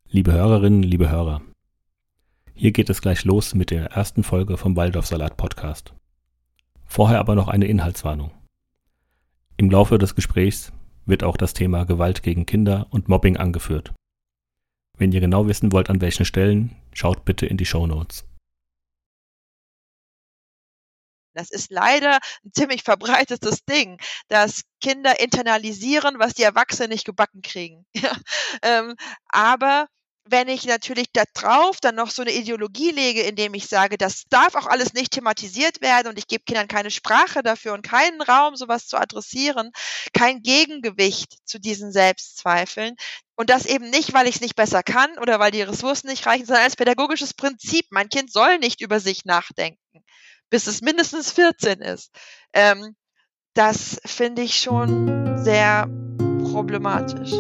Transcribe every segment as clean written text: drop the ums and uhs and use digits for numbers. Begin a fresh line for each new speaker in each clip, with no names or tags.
Liebe Hörerinnen, liebe Hörer, hier geht es gleich los mit der ersten Folge vom Waldorfsalat-Podcast. Vorher aber noch eine Inhaltswarnung. Im Laufe des Gesprächs wird auch das Thema Gewalt gegen Kinder und Mobbing angeführt. Wenn ihr genau wissen wollt, an welchen Stellen, schaut bitte in die Shownotes.
Das ist leider ein ziemlich verbreitetes Ding, dass Kinder internalisieren, was die Erwachsenen nicht gebacken kriegen. Ja, aber wenn ich natürlich da drauf dann noch so eine Ideologie lege, indem ich sage, das darf auch alles nicht thematisiert werden und ich gebe Kindern keine Sprache dafür und keinen Raum, sowas zu adressieren, kein Gegengewicht zu diesen Selbstzweifeln. Und das eben nicht, weil ich es nicht besser kann oder weil die Ressourcen nicht reichen, sondern als pädagogisches Prinzip. Mein Kind soll nicht über sich nachdenken, bis es mindestens 14 ist. Das finde ich schon sehr problematisch.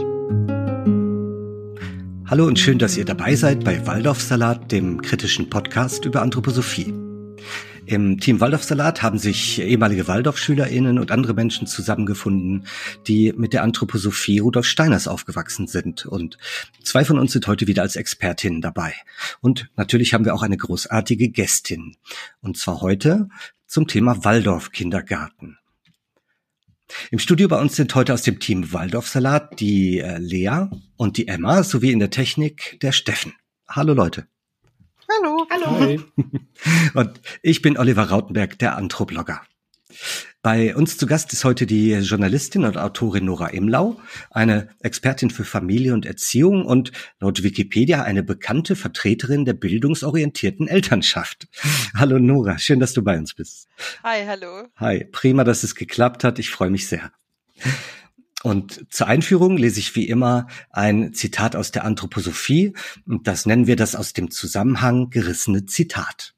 Hallo und schön, dass ihr dabei seid bei Waldorfsalat, dem kritischen Podcast über Anthroposophie. Im Team Waldorfsalat haben sich ehemalige Waldorfschülerinnen und andere Menschen zusammengefunden, die mit der Anthroposophie Rudolf Steiners aufgewachsen sind. Und 2 von uns sind heute wieder als Expertinnen dabei. Und natürlich haben wir auch eine großartige Gästin. Und zwar heute zum Thema Waldorf-Kindergarten. Im Studio bei uns sind heute aus dem Team Waldorfsalat die Lea und die Emma sowie in der Technik der Steffen. Hallo Leute.
Hallo.
Hi.
Und ich bin Oliver Rautenberg, der Anthroblogger. Bei uns zu Gast ist heute die Journalistin und Autorin Nora Imlau, eine Expertin für Familie und Erziehung und laut Wikipedia eine bekannte Vertreterin der bildungsorientierten Elternschaft. Hallo Nora, schön, dass du bei uns bist.
Hi, hallo.
Hi, prima, dass es geklappt hat. Ich freue mich sehr. Und zur Einführung lese ich wie immer ein Zitat aus der Anthroposophie. Und das nennen wir das aus dem Zusammenhang gerissene Zitat.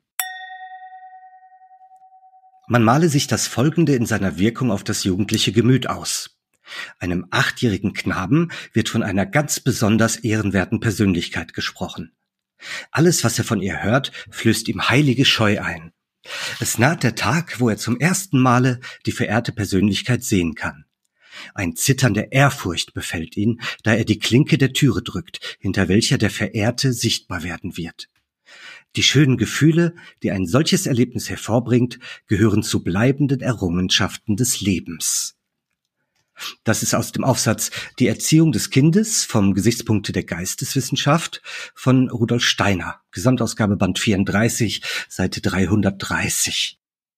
Man male sich das Folgende in seiner Wirkung auf das jugendliche Gemüt aus. Einem 8-jährigen Knaben wird von einer ganz besonders ehrenwerten Persönlichkeit gesprochen. Alles, was er von ihr hört, flößt ihm heilige Scheu ein. Es naht der Tag, wo er zum ersten Male die verehrte Persönlichkeit sehen kann. Ein Zittern der Ehrfurcht befällt ihn, da er die Klinke der Türe drückt, hinter welcher der Verehrte sichtbar werden wird. Die schönen Gefühle, die ein solches Erlebnis hervorbringt, gehören zu bleibenden Errungenschaften des Lebens. Das ist aus dem Aufsatz Die Erziehung des Kindes vom Gesichtspunkte der Geisteswissenschaft von Rudolf Steiner, Gesamtausgabe Band 34, Seite 330.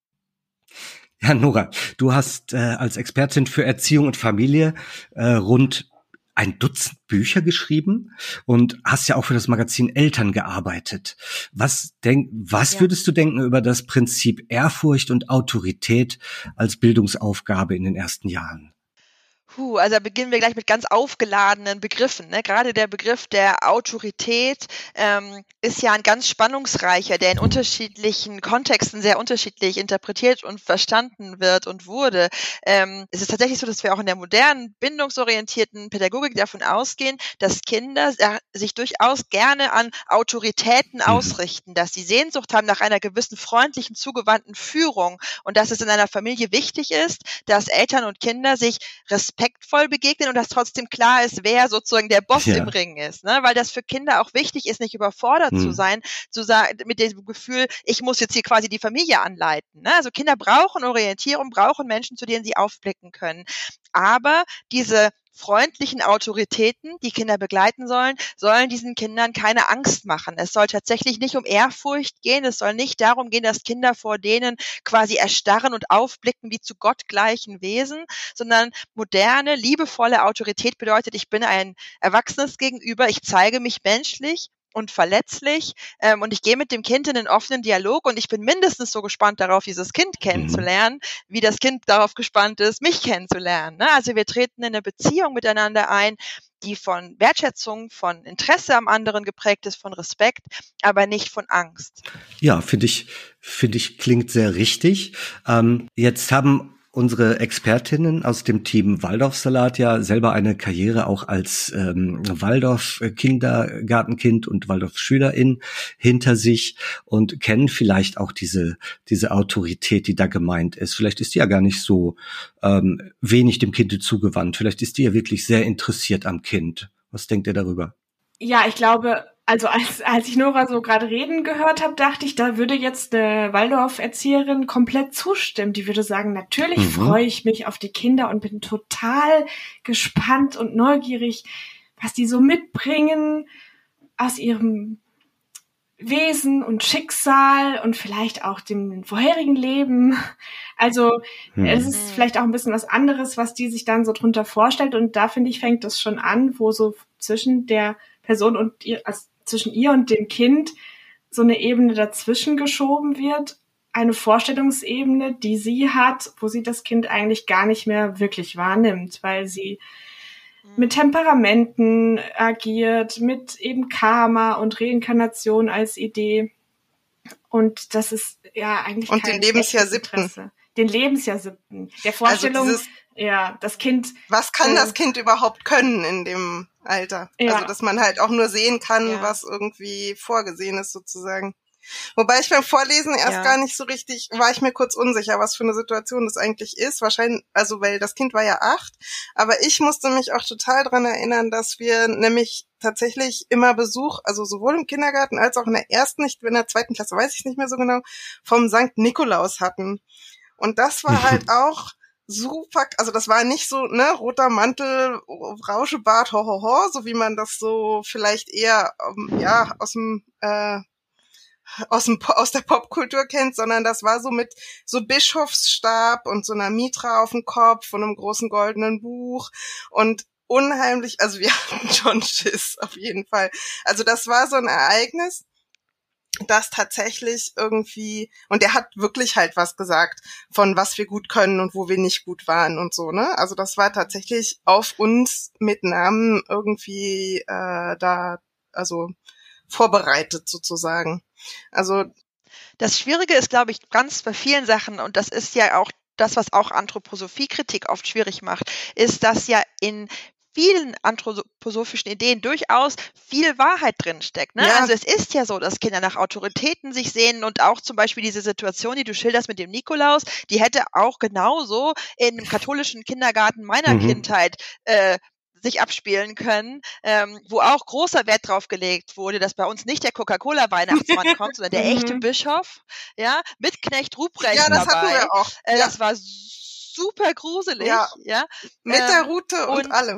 Ja, Nora, du hast als Expertin für Erziehung und Familie rund 1 Dutzend Bücher geschrieben und hast ja auch für das Magazin Eltern gearbeitet. Was würdest du denken über das Prinzip Ehrfurcht und Autorität als Bildungsaufgabe in den ersten Jahren?
Also da beginnen wir gleich mit ganz aufgeladenen Begriffen. Ne? Gerade der Begriff der Autorität ist ja ein ganz spannungsreicher, der in unterschiedlichen Kontexten sehr unterschiedlich interpretiert und verstanden wird und wurde. Es ist tatsächlich so, dass wir auch in der modernen, bindungsorientierten Pädagogik davon ausgehen, dass Kinder sich durchaus gerne an Autoritäten ausrichten, dass sie Sehnsucht haben nach einer gewissen freundlichen, zugewandten Führung und dass es in einer Familie wichtig ist, dass Eltern und Kinder sich respektvoll begegnen und dass trotzdem klar ist, wer sozusagen der Boss im Ring ist, ne? Weil das für Kinder auch wichtig ist, nicht überfordert zu sein, mit dem Gefühl, ich muss jetzt hier quasi die Familie anleiten, ne? Also Kinder brauchen Orientierung, brauchen Menschen, zu denen sie aufblicken können. Aber diese freundlichen Autoritäten, die Kinder begleiten sollen diesen Kindern keine Angst machen. Es soll tatsächlich nicht um Ehrfurcht gehen. Es soll nicht darum gehen, dass Kinder vor denen quasi erstarren und aufblicken wie zu gottgleichen Wesen, sondern moderne, liebevolle Autorität bedeutet, ich bin ein Erwachsenes gegenüber, ich zeige mich menschlich und verletzlich und ich gehe mit dem Kind in einen offenen Dialog und ich bin mindestens so gespannt darauf, dieses Kind kennenzulernen, wie das Kind darauf gespannt ist, mich kennenzulernen. Ne? Also wir treten in eine Beziehung miteinander ein, die von Wertschätzung, von Interesse am anderen geprägt ist, von Respekt, aber nicht von Angst.
Ja, finde ich klingt sehr richtig. Jetzt haben unsere Expertinnen aus dem Team Waldorfsalat ja selber eine Karriere auch als Waldorf-Kindergartenkind und Waldorf-Schülerin hinter sich und kennen vielleicht auch diese Autorität, die da gemeint ist. Vielleicht ist die ja gar nicht so wenig dem Kind zugewandt. Vielleicht ist die ja wirklich sehr interessiert am Kind. Was denkt ihr darüber?
Ja, ich glaube, also als ich Nora so gerade reden gehört habe, dachte ich, da würde jetzt eine Waldorf-Erzieherin komplett zustimmen. Die würde sagen, natürlich freue ich mich auf die Kinder und bin total gespannt und neugierig, was die so mitbringen aus ihrem Wesen und Schicksal und vielleicht auch dem vorherigen Leben. Also es ist vielleicht auch ein bisschen was anderes, was die sich dann so drunter vorstellt. Und da, finde ich, fängt das schon an, wo so zwischen der Person und ihr, also zwischen ihr und dem Kind so eine Ebene dazwischen geschoben wird. Eine Vorstellungsebene, die sie hat, wo sie das Kind eigentlich gar nicht mehr wirklich wahrnimmt, weil sie mit Temperamenten agiert, mit eben Karma und Reinkarnation als Idee. Und das ist ja eigentlich
und
kein
den Lebensjahr
echtes
7.
Interesse. Den Lebensjahr 7. Der Vorstellung,
Also
ja, das Kind.
Was kann das Kind überhaupt können in dem Alter?
Ja.
Also, dass man halt auch nur sehen kann,
Ja.
was irgendwie vorgesehen ist sozusagen. Wobei ich beim Vorlesen erst gar nicht so richtig, war ich mir kurz unsicher, was für eine Situation das eigentlich ist. Wahrscheinlich, also weil das Kind war ja 8, aber ich musste mich auch total dran erinnern, dass wir nämlich tatsächlich immer Besuch, also sowohl im Kindergarten als auch in der ersten, nicht in der 2. Klasse, weiß ich nicht mehr so genau, vom Sankt Nikolaus hatten. Und das war halt auch super, also das war nicht so, ne, roter Mantel, Rauschebart, ho, so wie man das so vielleicht eher, ja, aus der Popkultur kennt, sondern das war so mit so Bischofsstab und so einer Mitra auf dem Kopf und einem großen goldenen Buch und unheimlich, also wir hatten schon Schiss, auf jeden Fall. Also das war so ein Ereignis, das tatsächlich irgendwie, und der hat wirklich halt was gesagt, von was wir gut können und wo wir nicht gut waren und so, ne? Also das war tatsächlich auf uns mit Namen irgendwie also vorbereitet sozusagen. Also
Das Schwierige ist, glaube ich, ganz bei vielen Sachen, und das ist ja auch das, was auch Anthroposophie-Kritik oft schwierig macht, ist, dass ja in vielen anthroposophischen Ideen durchaus viel Wahrheit drinsteckt. Ne?
Ja.
Also es ist ja so, dass Kinder nach Autoritäten sich sehnen und auch zum Beispiel diese Situation, die du schilderst mit dem Nikolaus, die hätte auch genauso in einem katholischen Kindergarten meiner Kindheit sich abspielen können, wo auch großer Wert drauf gelegt wurde, dass bei uns nicht der Coca-Cola-Weihnachtsmann kommt, sondern der echte Bischof, ja, mit Knecht Ruprecht
ja, das
dabei.
hatten wir auch.
Das war super gruselig, ja.
Mit der Rute und allem.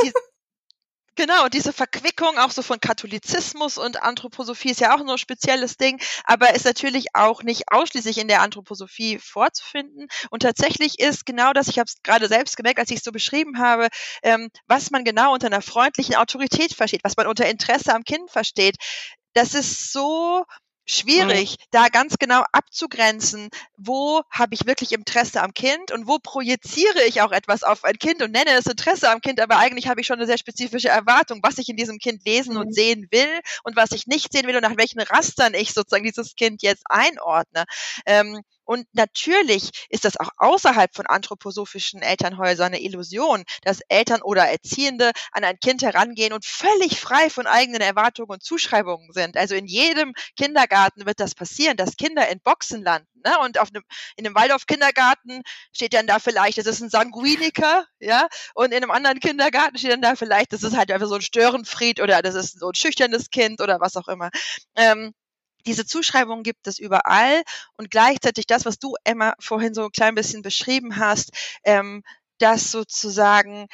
Genau, diese Verquickung auch so von Katholizismus und Anthroposophie ist ja auch nur ein spezielles Ding, aber ist natürlich auch nicht ausschließlich in der Anthroposophie vorzufinden. Und tatsächlich ist genau das, ich habe es gerade selbst gemerkt, als ich es so beschrieben habe, was man genau unter einer freundlichen Autorität versteht, was man unter Interesse am Kind versteht. Das ist so schwierig, da ganz genau abzugrenzen, wo habe ich wirklich Interesse am Kind und wo projiziere ich auch etwas auf ein Kind und nenne es Interesse am Kind, aber eigentlich habe ich schon eine sehr spezifische Erwartung, was ich in diesem Kind lesen und sehen will und was ich nicht sehen will und nach welchen Rastern ich sozusagen dieses Kind jetzt einordne. Und natürlich ist das auch außerhalb von anthroposophischen Elternhäusern eine Illusion, dass Eltern oder Erziehende an ein Kind herangehen und völlig frei von eigenen Erwartungen und Zuschreibungen sind. Also in jedem Kindergarten wird das passieren, dass Kinder in Boxen landen. Ne? Und in einem Waldorf-Kindergarten steht dann da vielleicht, das ist ein Sanguiniker, ja, und in einem anderen Kindergarten steht dann da vielleicht, das ist halt einfach so ein Störenfried oder das ist so ein schüchternes Kind oder was auch immer. Diese Zuschreibungen gibt es überall und gleichzeitig das, was du, Emma, vorhin so ein klein bisschen beschrieben hast, dass sozusagen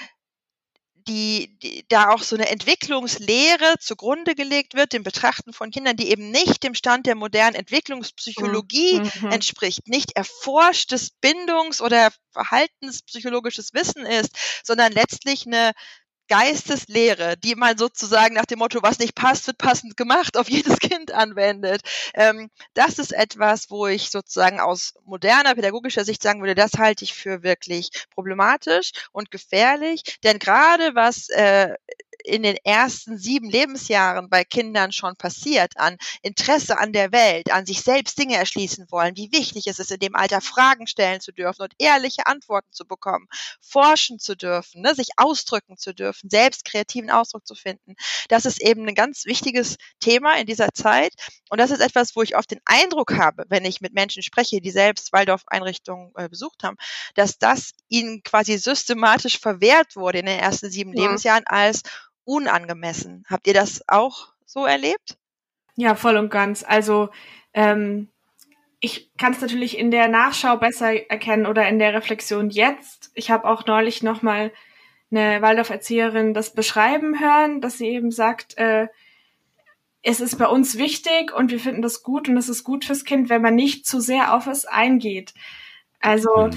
da auch so eine Entwicklungslehre zugrunde gelegt wird, dem Betrachten von Kindern, die eben nicht dem Stand der modernen Entwicklungspsychologie entspricht, nicht erforschtes Bindungs- oder verhaltenspsychologisches Wissen ist, sondern letztlich eine Geisteslehre, die man sozusagen nach dem Motto, was nicht passt, wird passend gemacht, auf jedes Kind anwendet. Das ist etwas, wo ich sozusagen aus moderner pädagogischer Sicht sagen würde, das halte ich für wirklich problematisch und gefährlich, denn gerade was in den ersten 7 Lebensjahren bei Kindern schon passiert, an Interesse an der Welt, an sich selbst Dinge erschließen wollen, wie wichtig es ist, in dem Alter Fragen stellen zu dürfen und ehrliche Antworten zu bekommen, forschen zu dürfen, ne, sich ausdrücken zu dürfen, selbst kreativen Ausdruck zu finden. Das ist eben ein ganz wichtiges Thema in dieser Zeit und das ist etwas, wo ich oft den Eindruck habe, wenn ich mit Menschen spreche, die selbst Waldorf-Einrichtungen besucht haben, dass das ihnen quasi systematisch verwehrt wurde in den ersten 7 Lebensjahren als unangemessen. Habt ihr das auch so erlebt?
Ja, voll und ganz. Also ich kann es natürlich in der Nachschau besser erkennen oder in der Reflexion jetzt. Ich habe auch neulich nochmal eine Waldorf-Erzieherin das beschreiben hören, dass sie eben sagt, es ist bei uns wichtig und wir finden das gut und es ist gut fürs Kind, wenn man nicht zu sehr auf es eingeht. Also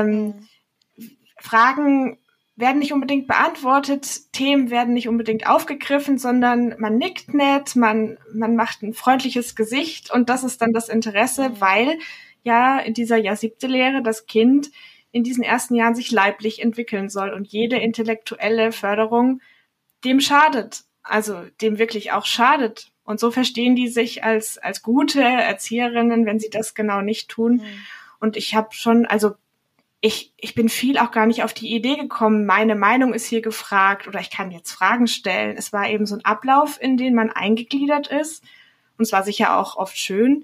Fragen werden nicht unbedingt beantwortet, Themen werden nicht unbedingt aufgegriffen, sondern man nickt nett, man macht ein freundliches Gesicht und das ist dann das Interesse, weil ja in dieser Jahr-7. das Kind in diesen ersten Jahren sich leiblich entwickeln soll und jede intellektuelle Förderung dem schadet, also dem wirklich auch schadet. Und so verstehen die sich als gute Erzieherinnen, wenn sie das genau nicht tun. Und ich habe schon, also ich bin viel auch gar nicht auf die Idee gekommen, meine Meinung ist hier gefragt oder ich kann jetzt Fragen stellen. Es war eben so ein Ablauf, in den man eingegliedert ist. Und es war sicher auch oft schön.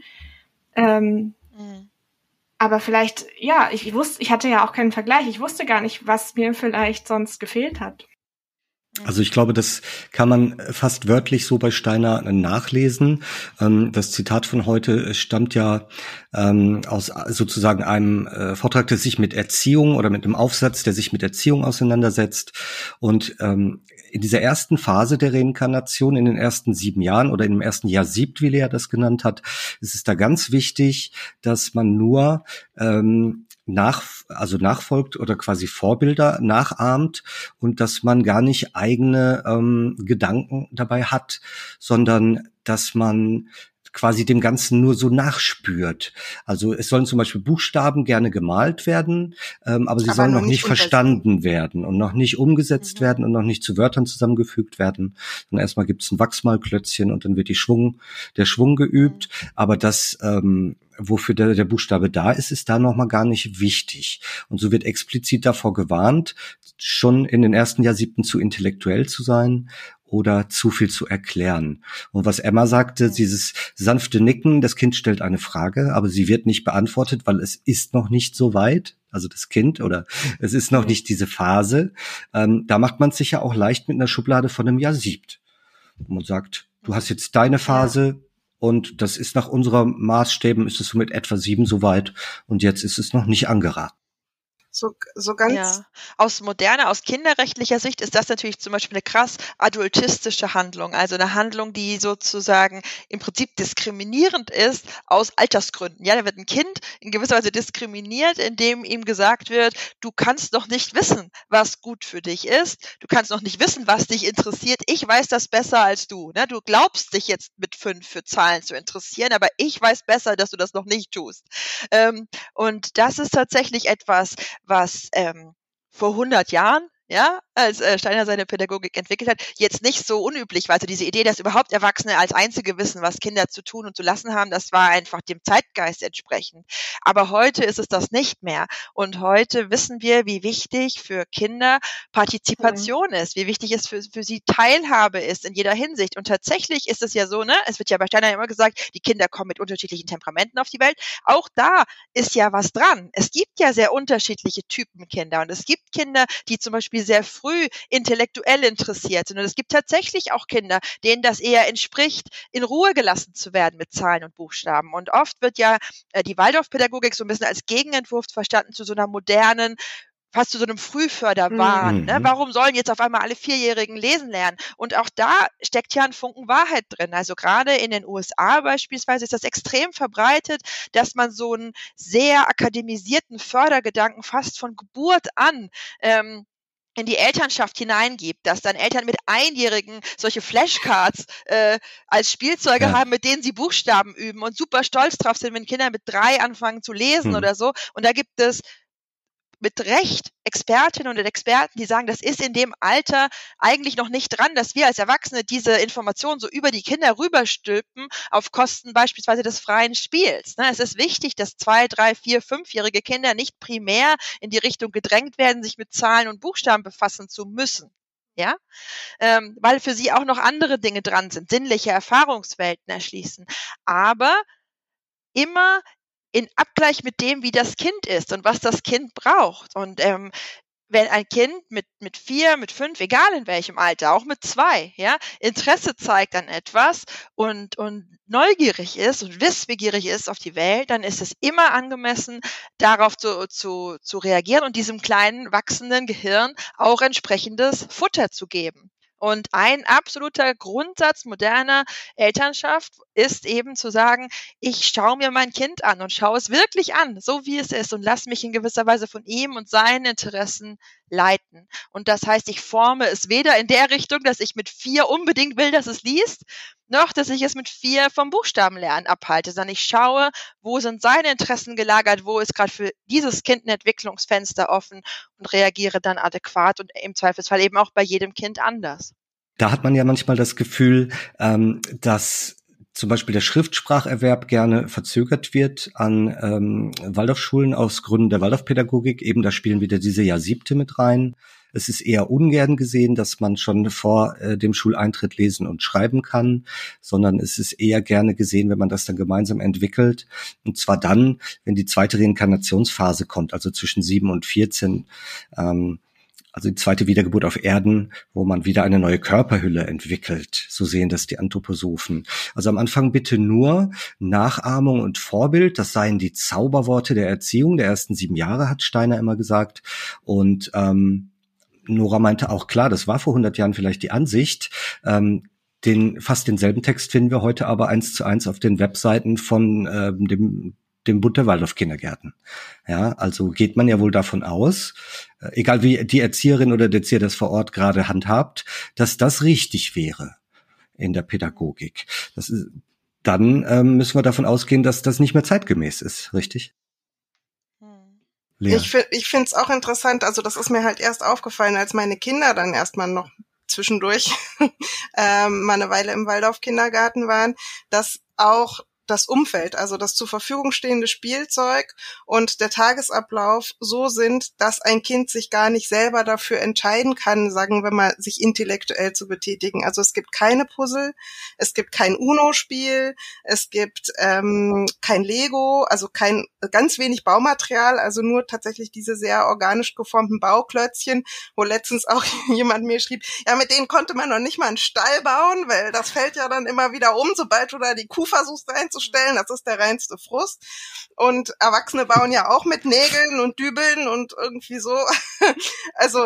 Aber vielleicht, ja, ich hatte ja auch keinen Vergleich. Ich wusste gar nicht, was mir vielleicht sonst gefehlt hat.
Also ich glaube, das kann man fast wörtlich so bei Steiner nachlesen. Das Zitat von heute stammt ja aus sozusagen einem Vortrag, der sich mit Erziehung oder mit einem Aufsatz, der sich mit Erziehung auseinandersetzt. Und in dieser ersten Phase der Reinkarnation, in den ersten 7 Jahren oder im ersten Jahr 7, wie Lea das genannt hat, ist es da ganz wichtig, dass man nur nachfolgt oder quasi Vorbilder nachahmt und dass man gar nicht eigene Gedanken dabei hat, sondern dass man quasi dem Ganzen nur so nachspürt. Also es sollen zum Beispiel Buchstaben gerne gemalt werden, aber sie sollen noch nicht verstanden werden und noch nicht umgesetzt werden und noch nicht zu Wörtern zusammengefügt werden. Und erstmal gibt es ein Wachsmalklötzchen und dann wird der Schwung geübt. Aber das, wofür der Buchstabe da ist, ist da nochmal gar nicht wichtig. Und so wird explizit davor gewarnt, schon in den ersten Jahr 7 zu intellektuell zu sein oder zu viel zu erklären. Und was Emma sagte, dieses sanfte Nicken, das Kind stellt eine Frage, aber sie wird nicht beantwortet, weil es ist noch nicht so weit, also das Kind, oder es ist noch nicht diese Phase. Da macht man es sich ja auch leicht mit einer Schublade von einem Jahr 7. Und man sagt, du hast jetzt deine Phase und das ist nach unserer Maßstäben, ist es so mit etwa 7 so weit und jetzt ist es noch nicht angeraten.
So ganz.
Ja. Aus kinderrechtlicher Sicht ist das natürlich zum Beispiel eine krass adultistische Handlung. Also eine Handlung, die sozusagen im Prinzip diskriminierend ist aus Altersgründen. Ja, da wird ein Kind in gewisser Weise diskriminiert, indem ihm gesagt wird, du kannst noch nicht wissen, was gut für dich ist. Du kannst noch nicht wissen, was dich interessiert. Ich weiß das besser als du. Ne? Du glaubst dich jetzt mit 5 für Zahlen zu interessieren, aber ich weiß besser, dass du das noch nicht tust. Und das ist tatsächlich etwas, was vor 100 Jahren, ja, als Steiner seine Pädagogik entwickelt hat, jetzt nicht so unüblich war. Also diese Idee, dass überhaupt Erwachsene als Einzige wissen, was Kinder zu tun und zu lassen haben, das war einfach dem Zeitgeist entsprechend. Aber heute ist es das nicht mehr. Und heute wissen wir, wie wichtig für Kinder Partizipation ist, wie wichtig es für sie Teilhabe ist in jeder Hinsicht. Und tatsächlich ist es ja so, ne, es wird ja bei Steiner immer gesagt, die Kinder kommen mit unterschiedlichen Temperamenten auf die Welt. Auch da ist ja was dran. Es gibt ja sehr unterschiedliche Typen Kinder. Und es gibt Kinder, die zum Beispiel sehr früh intellektuell interessiert sind. Und es gibt tatsächlich auch Kinder, denen das eher entspricht, in Ruhe gelassen zu werden mit Zahlen und Buchstaben. Und oft wird ja die Waldorfpädagogik so ein bisschen als Gegenentwurf verstanden zu so einer modernen, fast zu so einem Frühförderwahn. Ne? Warum sollen jetzt auf einmal alle 4-Jährigen lesen lernen? Und auch da steckt ja ein Funken Wahrheit drin. Also gerade in den USA beispielsweise ist das extrem verbreitet, dass man so einen sehr akademisierten Fördergedanken fast von Geburt an in die Elternschaft hineingibt, dass dann Eltern mit Einjährigen solche Flashcards als Spielzeuge haben, mit denen sie Buchstaben üben und super stolz drauf sind, wenn Kinder mit 3 anfangen zu lesen oder so. Und da gibt es mit Recht Expertinnen und Experten, die sagen, das ist in dem Alter eigentlich noch nicht dran, dass wir als Erwachsene diese Informationen so über die Kinder rüberstülpen auf Kosten beispielsweise des freien Spiels. Es ist wichtig, dass 2-, 3-, 4-, 5-jährige Kinder nicht primär in die Richtung gedrängt werden, sich mit Zahlen und Buchstaben befassen zu müssen. Ja, weil für sie auch noch andere Dinge dran sind, sinnliche Erfahrungswelten erschließen. Aber immer in Abgleich mit dem, wie das Kind ist und was das Kind braucht. Und wenn ein Kind mit 4, mit 5, egal in welchem Alter, auch mit 2, ja, Interesse zeigt an etwas und neugierig ist und wissbegierig ist auf die Welt, dann ist es immer angemessen, darauf zu reagieren und diesem kleinen, wachsenden Gehirn auch entsprechendes Futter zu geben. Und ein absoluter Grundsatz moderner Elternschaft ist eben zu sagen, ich schaue mir mein Kind an und schaue es wirklich an, so wie es ist, und lasse mich in gewisser Weise von ihm und seinen Interessen leiten. Und das heißt, ich forme es weder in der Richtung, dass ich mit 4 unbedingt will, dass es liest, noch dass ich es mit 4 vom Buchstabenlernen abhalte, sondern ich schaue, wo sind seine Interessen gelagert, wo ist gerade für dieses Kind ein Entwicklungsfenster offen und reagiere dann adäquat und im Zweifelsfall eben auch bei jedem Kind anders.
Da hat man ja manchmal das Gefühl, dass zum Beispiel der Schriftspracherwerb gerne verzögert wird an Waldorfschulen aus Gründen der Waldorfpädagogik. Eben, da spielen wieder diese Jahr-Siebte mit rein. Es ist eher ungern gesehen, dass man schon vor dem Schuleintritt lesen und schreiben kann, sondern es ist eher gerne gesehen, wenn man das dann gemeinsam entwickelt. Und zwar dann, wenn die zweite Reinkarnationsphase kommt, also zwischen 7 und 14, also die zweite Wiedergeburt auf Erden, wo man wieder eine neue Körperhülle entwickelt. So sehen das die Anthroposophen. Also am Anfang bitte nur Nachahmung und Vorbild. Das seien die Zauberworte der Erziehung der ersten 7 Jahre, hat Steiner immer gesagt. Und Nora meinte auch, klar, das war vor 100 Jahren vielleicht die Ansicht. Fast denselben Text finden wir heute aber 1:1 auf den Webseiten von dem Bund der Waldorf-Kindergärten. Ja, also geht man ja wohl davon aus, egal wie die Erzieherin oder der Erzieher das vor Ort gerade handhabt, dass das richtig wäre in der Pädagogik. Dann müssen wir davon ausgehen, dass das nicht mehr zeitgemäß ist, richtig?
Lea. Ich finde es auch interessant, also das ist mir halt erst aufgefallen, als meine Kinder dann erstmal noch zwischendurch mal eine Weile im Waldorf-Kindergarten waren, dass auch das Umfeld, also das zur Verfügung stehende Spielzeug und der Tagesablauf so sind, dass ein Kind sich gar nicht selber dafür entscheiden kann, sagen wir mal, sich intellektuell zu betätigen. Also es gibt keine Puzzle, es gibt kein Uno-Spiel, es gibt kein Lego, also ganz wenig Baumaterial, also nur tatsächlich diese sehr organisch geformten Bauklötzchen, wo letztens auch jemand mir schrieb, ja, mit denen konnte man noch nicht mal einen Stall bauen, weil das fällt ja dann immer wieder um, sobald du da die Kuh versuchst reinzustellen, das ist der reinste Frust. Und Erwachsene bauen ja auch mit Nägeln und Dübeln und irgendwie so. Also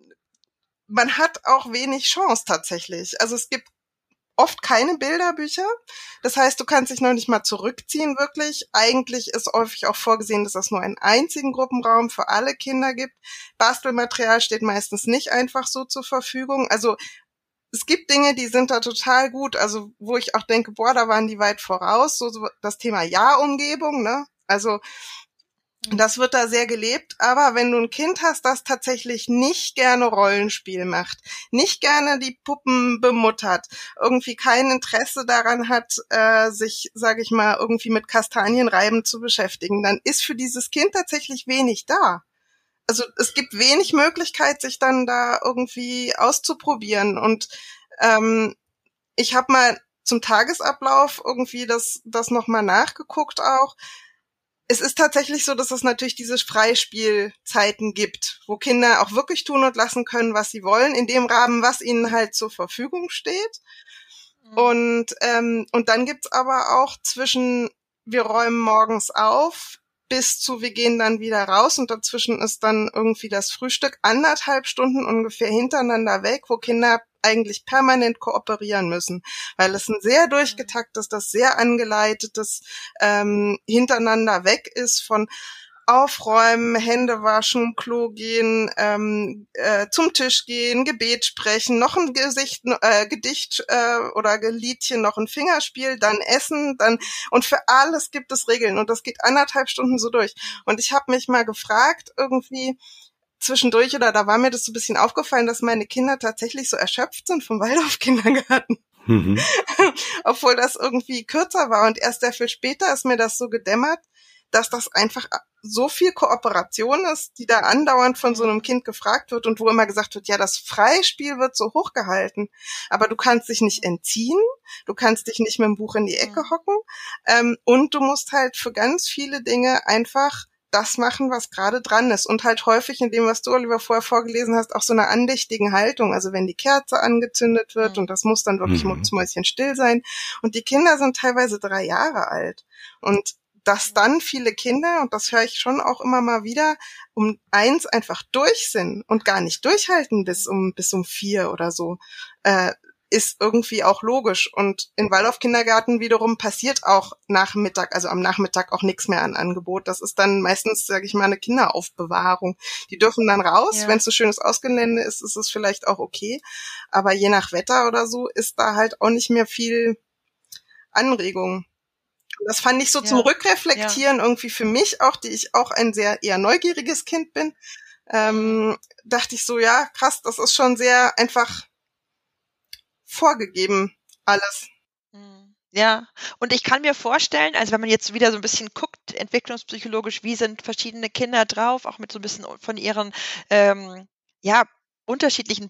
man hat auch wenig Chance tatsächlich. Also es gibt oft keine Bilderbücher. Das heißt, du kannst dich noch nicht mal zurückziehen, wirklich. Eigentlich ist häufig auch vorgesehen, dass es nur einen einzigen Gruppenraum für alle Kinder gibt. Bastelmaterial steht meistens nicht einfach so zur Verfügung. Also es gibt Dinge, die sind da total gut, also wo ich auch denke, boah, da waren die weit voraus, so das Thema Ja-Umgebung, ne? Also das wird da sehr gelebt, aber wenn du ein Kind hast, das tatsächlich nicht gerne Rollenspiel macht, nicht gerne die Puppen bemuttert, irgendwie kein Interesse daran hat, sich, sage ich mal, irgendwie mit Kastanienreiben zu beschäftigen, dann ist für dieses Kind tatsächlich wenig da. Also es gibt wenig Möglichkeit, sich dann da irgendwie auszuprobieren. Und ich habe mal zum Tagesablauf irgendwie das nochmal nachgeguckt auch. Es ist tatsächlich so, dass es natürlich diese Freispielzeiten gibt, wo Kinder auch wirklich tun und lassen können, was sie wollen, in dem Rahmen, was ihnen halt zur Verfügung steht. Und dann gibt's aber auch zwischen, wir räumen morgens auf, bis zu, wir gehen dann wieder raus und dazwischen ist dann irgendwie das Frühstück, 1,5 Stunden ungefähr hintereinander weg, wo Kinder eigentlich permanent kooperieren müssen, weil es ein sehr durchgetaktetes, das sehr angeleitetes hintereinander weg ist von Aufräumen, Hände waschen, Klo gehen, zum Tisch gehen, Gebet sprechen, noch ein Gedicht oder Liedchen, noch ein Fingerspiel, dann essen, dann und für alles gibt es Regeln und das geht 1,5 Stunden so durch. Und ich habe mich mal gefragt, irgendwie zwischendurch, oder da war mir das so ein bisschen aufgefallen, dass meine Kinder tatsächlich so erschöpft sind vom Waldorf-Kindergarten. Mhm. Obwohl das irgendwie kürzer war und erst sehr viel später ist mir das so gedämmert, dass das einfach so viel Kooperation ist, die da andauernd von so einem Kind gefragt wird und wo immer gesagt wird, ja, das Freispiel wird so hochgehalten, aber du kannst dich nicht entziehen, du kannst dich nicht mit dem Buch in die Ecke hocken und du musst halt für ganz viele Dinge einfach das machen, was gerade dran ist. Und halt häufig in dem, was du, Oliver, vorher vorgelesen hast, auch so eine andächtigen Haltung. Also wenn die Kerze angezündet wird und das muss dann wirklich mucksmäuschenstill sein. Und die Kinder sind teilweise 3 Jahre alt. Und dass dann viele Kinder, und das höre ich schon auch immer mal wieder, um 1 einfach durch sind und gar nicht durchhalten bis um 4 oder so, ist irgendwie auch logisch. Und in Waldorf-Kindergarten wiederum passiert auch Nachmittag, also am Nachmittag auch nichts mehr an Angebot. Das ist dann meistens, sage ich mal, eine Kinderaufbewahrung. Die dürfen dann raus. Wenn es so schönes Ausgelände ist, ist es vielleicht auch okay. Aber je nach Wetter oder so ist da halt auch nicht mehr viel Anregung. Das fand ich so zum Rückreflektieren irgendwie für mich auch, die ich auch ein sehr eher neugieriges Kind bin, dachte ich so, ja, krass, das ist schon sehr einfach vorgegeben, alles.
Ja, und ich kann mir vorstellen, also wenn man jetzt wieder so ein bisschen guckt, entwicklungspsychologisch, wie sind verschiedene Kinder drauf, auch mit so ein bisschen von ihren unterschiedlichen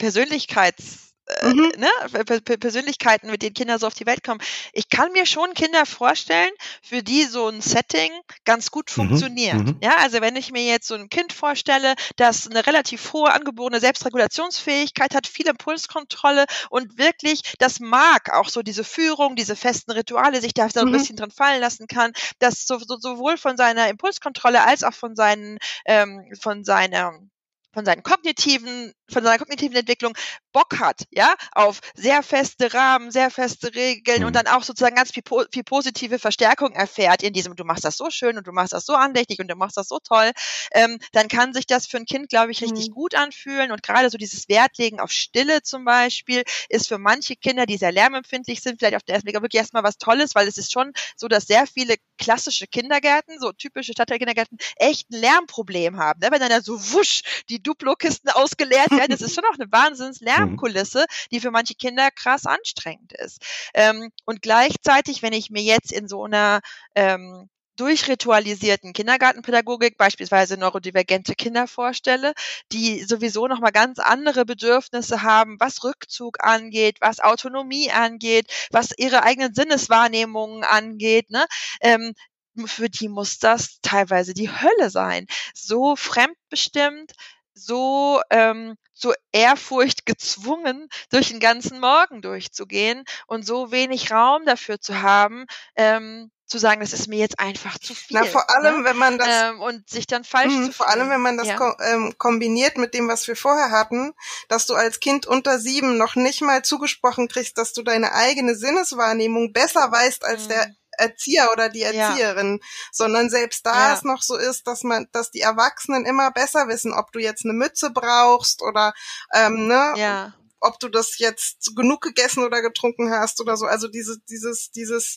Persönlichkeiten, mit denen Kinder so auf die Welt kommen. Ich kann mir schon Kinder vorstellen, für die so ein Setting ganz gut funktioniert. Ja, also wenn ich mir jetzt so ein Kind vorstelle, das eine relativ hohe angeborene Selbstregulationsfähigkeit hat, viel Impulskontrolle und wirklich das mag, auch so diese Führung, diese festen Rituale, sich da so ein bisschen dran fallen lassen kann, das sowohl von seiner Impulskontrolle als auch von seiner kognitiven Entwicklung Bock hat, ja, auf sehr feste Rahmen, sehr feste Regeln und dann auch sozusagen ganz viel positive Verstärkung erfährt in diesem, du machst das so schön und du machst das so andächtig und du machst das so toll, dann kann sich das für ein Kind, glaube ich, richtig gut anfühlen und gerade so dieses Wertlegen auf Stille zum Beispiel ist für manche Kinder, die sehr lärmempfindlich sind, vielleicht auf der ersten Blick wirklich erstmal was Tolles, weil es ist schon so, dass sehr viele klassische Kindergärten, so typische Stadtteilkindergärten, echt ein Lärmproblem haben, ne? Wenn dann da so wusch die Duplo-Kisten ausgeleert werden, das ist schon auch eine Wahnsinns-Lärmkulisse, die für manche Kinder krass anstrengend ist. Und gleichzeitig, wenn ich mir jetzt in so einer durchritualisierten Kindergartenpädagogik beispielsweise neurodivergente Kinder vorstelle, die sowieso nochmal ganz andere Bedürfnisse haben, was Rückzug angeht, was Autonomie angeht, was ihre eigenen Sinneswahrnehmungen angeht, ne? Für die muss das teilweise die Hölle sein. So fremdbestimmt, so Ehrfurcht gezwungen, durch den ganzen Morgen durchzugehen und so wenig Raum dafür zu haben, zu sagen, das ist mir jetzt einfach zu viel.
Na, vor allem, wenn man das
und sich dann falsch zu fühlen.
Vor allem, wenn man das kombiniert mit dem, was wir vorher hatten, dass du als Kind unter 7 noch nicht mal zugesprochen kriegst, dass du deine eigene Sinneswahrnehmung besser weißt als der Erzieher oder die Erzieherin, sondern selbst da es noch so ist, dass die Erwachsenen immer besser wissen, ob du jetzt eine Mütze brauchst oder ob du das jetzt genug gegessen oder getrunken hast oder so. Also dieses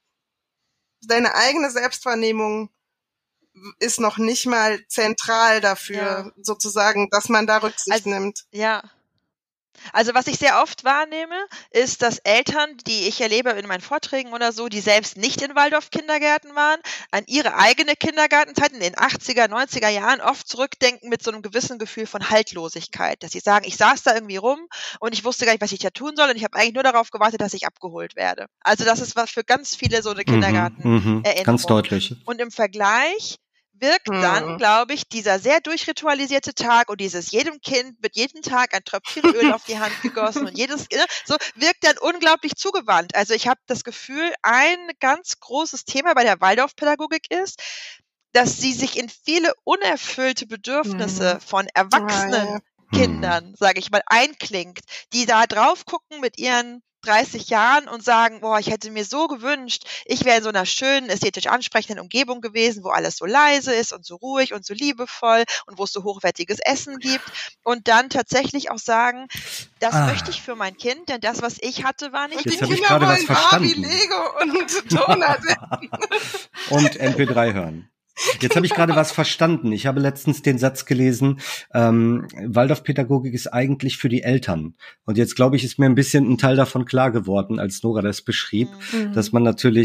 deine eigene Selbstwahrnehmung ist noch nicht mal zentral dafür, sozusagen, dass man da Rücksicht nimmt.
Ja. Also was ich sehr oft wahrnehme, ist, dass Eltern, die ich erlebe in meinen Vorträgen oder so, die selbst nicht in Waldorf-Kindergärten waren, an ihre eigene Kindergartenzeit in den 80er, 90er Jahren oft zurückdenken mit so einem gewissen Gefühl von Haltlosigkeit, dass sie sagen, ich saß da irgendwie rum und ich wusste gar nicht, was ich da tun soll und ich habe eigentlich nur darauf gewartet, dass ich abgeholt werde. Also das ist was für ganz viele so eine Kindergarten-Erinnerung.
Ganz deutlich.
Und im Vergleich wirkt dann, glaube ich, dieser sehr durchritualisierte Tag und dieses jedem Kind mit jedem Tag ein Tröpfchen Öl auf die Hand gegossen und so wirkt dann unglaublich zugewandt. Also ich habe das Gefühl, ein ganz großes Thema bei der Waldorfpädagogik ist, dass sie sich in viele unerfüllte Bedürfnisse von erwachsenen Kindern, sage ich mal, einklingt, die da drauf gucken mit ihren 30 Jahren und sagen, boah, ich hätte mir so gewünscht, ich wäre in so einer schönen, ästhetisch ansprechenden Umgebung gewesen, wo alles so leise ist und so ruhig und so liebevoll und wo es so hochwertiges Essen gibt und dann tatsächlich auch sagen, das möchte ich für mein Kind, denn das, was ich hatte, war nicht
Jetzt
gut.
habe ich gerade was verstanden.
Lego und Donut.
Und MP3 hören. Jetzt habe ich gerade was verstanden. Ich habe letztens den Satz gelesen, Waldorfpädagogik ist eigentlich für die Eltern. Und jetzt, glaube ich, ist mir ein bisschen ein Teil davon klar geworden, als Nora das beschrieb, dass man natürlich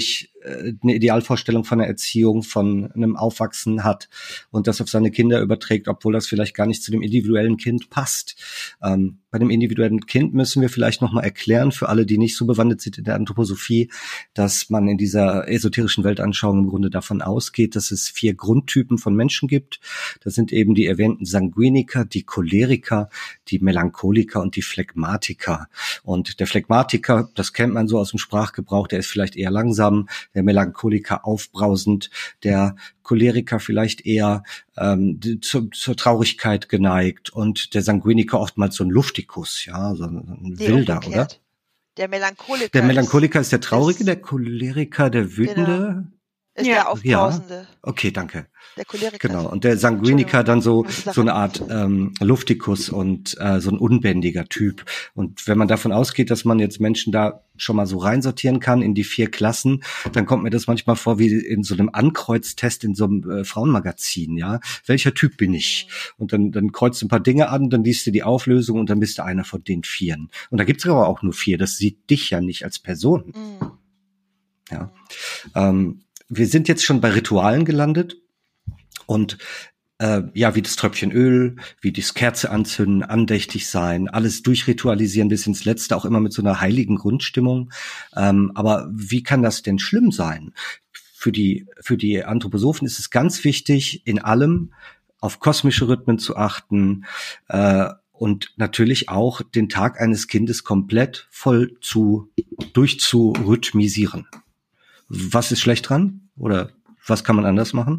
eine Idealvorstellung von der Erziehung, von einem Aufwachsen hat und das auf seine Kinder überträgt, obwohl das vielleicht gar nicht zu dem individuellen Kind passt. Bei dem individuellen Kind müssen wir vielleicht nochmal erklären, für alle, die nicht so bewandert sind in der Anthroposophie, dass man in dieser esoterischen Weltanschauung im Grunde davon ausgeht, dass es 4 Grundtypen von Menschen gibt. Das sind eben die erwähnten Sanguiniker, die Choleriker, die Melancholiker und die Phlegmatiker. Und der Phlegmatiker, das kennt man so aus dem Sprachgebrauch, der ist vielleicht eher langsam, der Melancholiker aufbrausend, der Choleriker vielleicht eher zur Traurigkeit geneigt und der Sanguiniker oftmals so ein Luftikus, ja, so ein Wilder, oder?
Der Melancholiker.
Der Melancholiker ist der Traurige, der Choleriker der Wütende.
Genau. Ist der Aufbrausende.
Ja. Okay, danke.
Der Choleriker.
Genau. Und der Sanguiniker dann so eine Art Luftikus und so ein unbändiger Typ. Und wenn man davon ausgeht, dass man jetzt Menschen da schon mal so reinsortieren kann in die 4 Klassen, dann kommt mir das manchmal vor wie in so einem Ankreuztest in so einem Frauenmagazin, ja. Welcher Typ bin ich? Und dann kreuzt du ein paar Dinge an, dann liest du die Auflösung und dann bist du einer von den 4. Und da gibt's aber auch nur 4. Das sieht dich ja nicht als Person. Ja. Wir sind jetzt schon bei Ritualen gelandet und wie das Tröpfchen Öl, wie das Kerze anzünden, andächtig sein, alles durchritualisieren bis ins Letzte, auch immer mit so einer heiligen Grundstimmung. Aber wie kann das denn schlimm sein? Für die Anthroposophen ist es ganz wichtig, in allem auf kosmische Rhythmen zu achten und natürlich auch den Tag eines Kindes komplett voll durchzurhythmisieren. Was ist schlecht dran? Oder was kann man anders machen?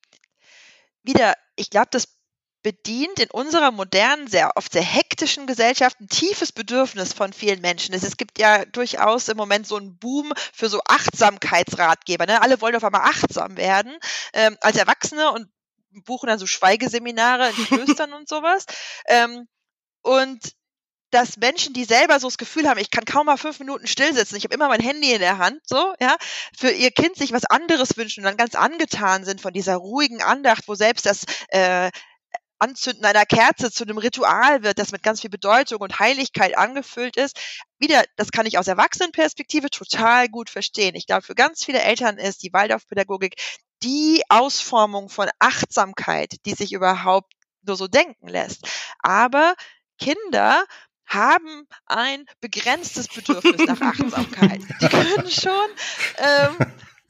Ich glaube, das bedient in unserer modernen, sehr oft sehr hektischen Gesellschaft ein tiefes Bedürfnis von vielen Menschen. Es gibt ja durchaus im Moment so einen Boom für so Achtsamkeitsratgeber. Ne? Alle wollen auf einmal achtsam werden als Erwachsene und buchen dann so Schweigeseminare in Klöstern und sowas. Und dass Menschen, die selber so das Gefühl haben, ich kann kaum mal 5 Minuten still sitzen, ich habe immer mein Handy in der Hand, so, ja, für ihr Kind sich was anderes wünschen und dann ganz angetan sind von dieser ruhigen Andacht, wo selbst das Anzünden einer Kerze zu einem Ritual wird, das mit ganz viel Bedeutung und Heiligkeit angefüllt ist. Das kann ich aus Erwachsenenperspektive total gut verstehen. Ich glaube, für ganz viele Eltern ist die Waldorfpädagogik die Ausformung von Achtsamkeit, die sich überhaupt nur so denken lässt. Aber Kinder haben ein begrenztes Bedürfnis nach Achtsamkeit. Die können schon